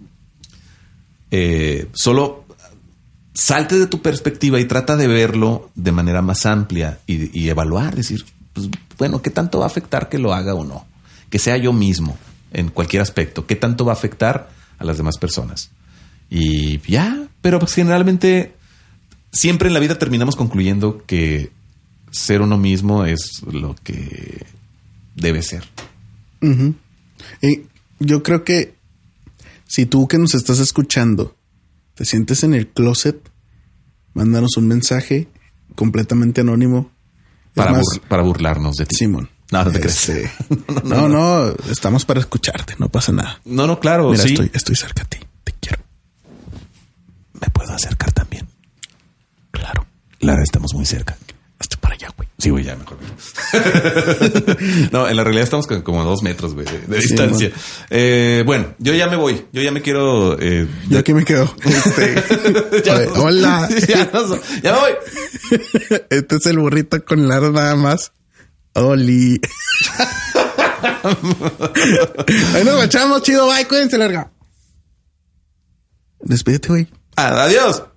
Eh, solo salte de tu perspectiva y trata de verlo de manera más amplia y, y evaluar, decir, pues, bueno, ¿qué tanto va a afectar que lo haga o no? Que sea yo mismo en cualquier aspecto. ¿Qué tanto va a afectar a las demás personas? Y ya, pero pues generalmente siempre en la vida terminamos concluyendo que ser uno mismo es lo que debe ser. Uh-huh. Y yo creo que si tú que nos estás escuchando te sientes en el closet, mándanos un mensaje completamente anónimo. Para, más, bur- para burlarnos de ti. Simón. No, no te Este, crees. no, no, no, no, estamos para escucharte, no pasa nada. No, no, claro. Mira, sí. estoy, estoy cerca a ti, te quiero. Me puedo acercar también. Claro. Lara, estamos muy cerca. Hasta para allá, güey. Sí, güey, ya mejor. No, en la realidad estamos con- como a dos metros, güey, de, de Sí, distancia. man. Eh, bueno, yo ya me voy. Yo ya me quiero... Eh, Yo aquí me quedo. Este, ya oye, no- hola. ya, no- ya me voy. Este es el burrito con Lara nada más. Oli. Ahí nos guachamos, chido. Bye, cuídense, larga. Despídete, güey. Ah, adiós.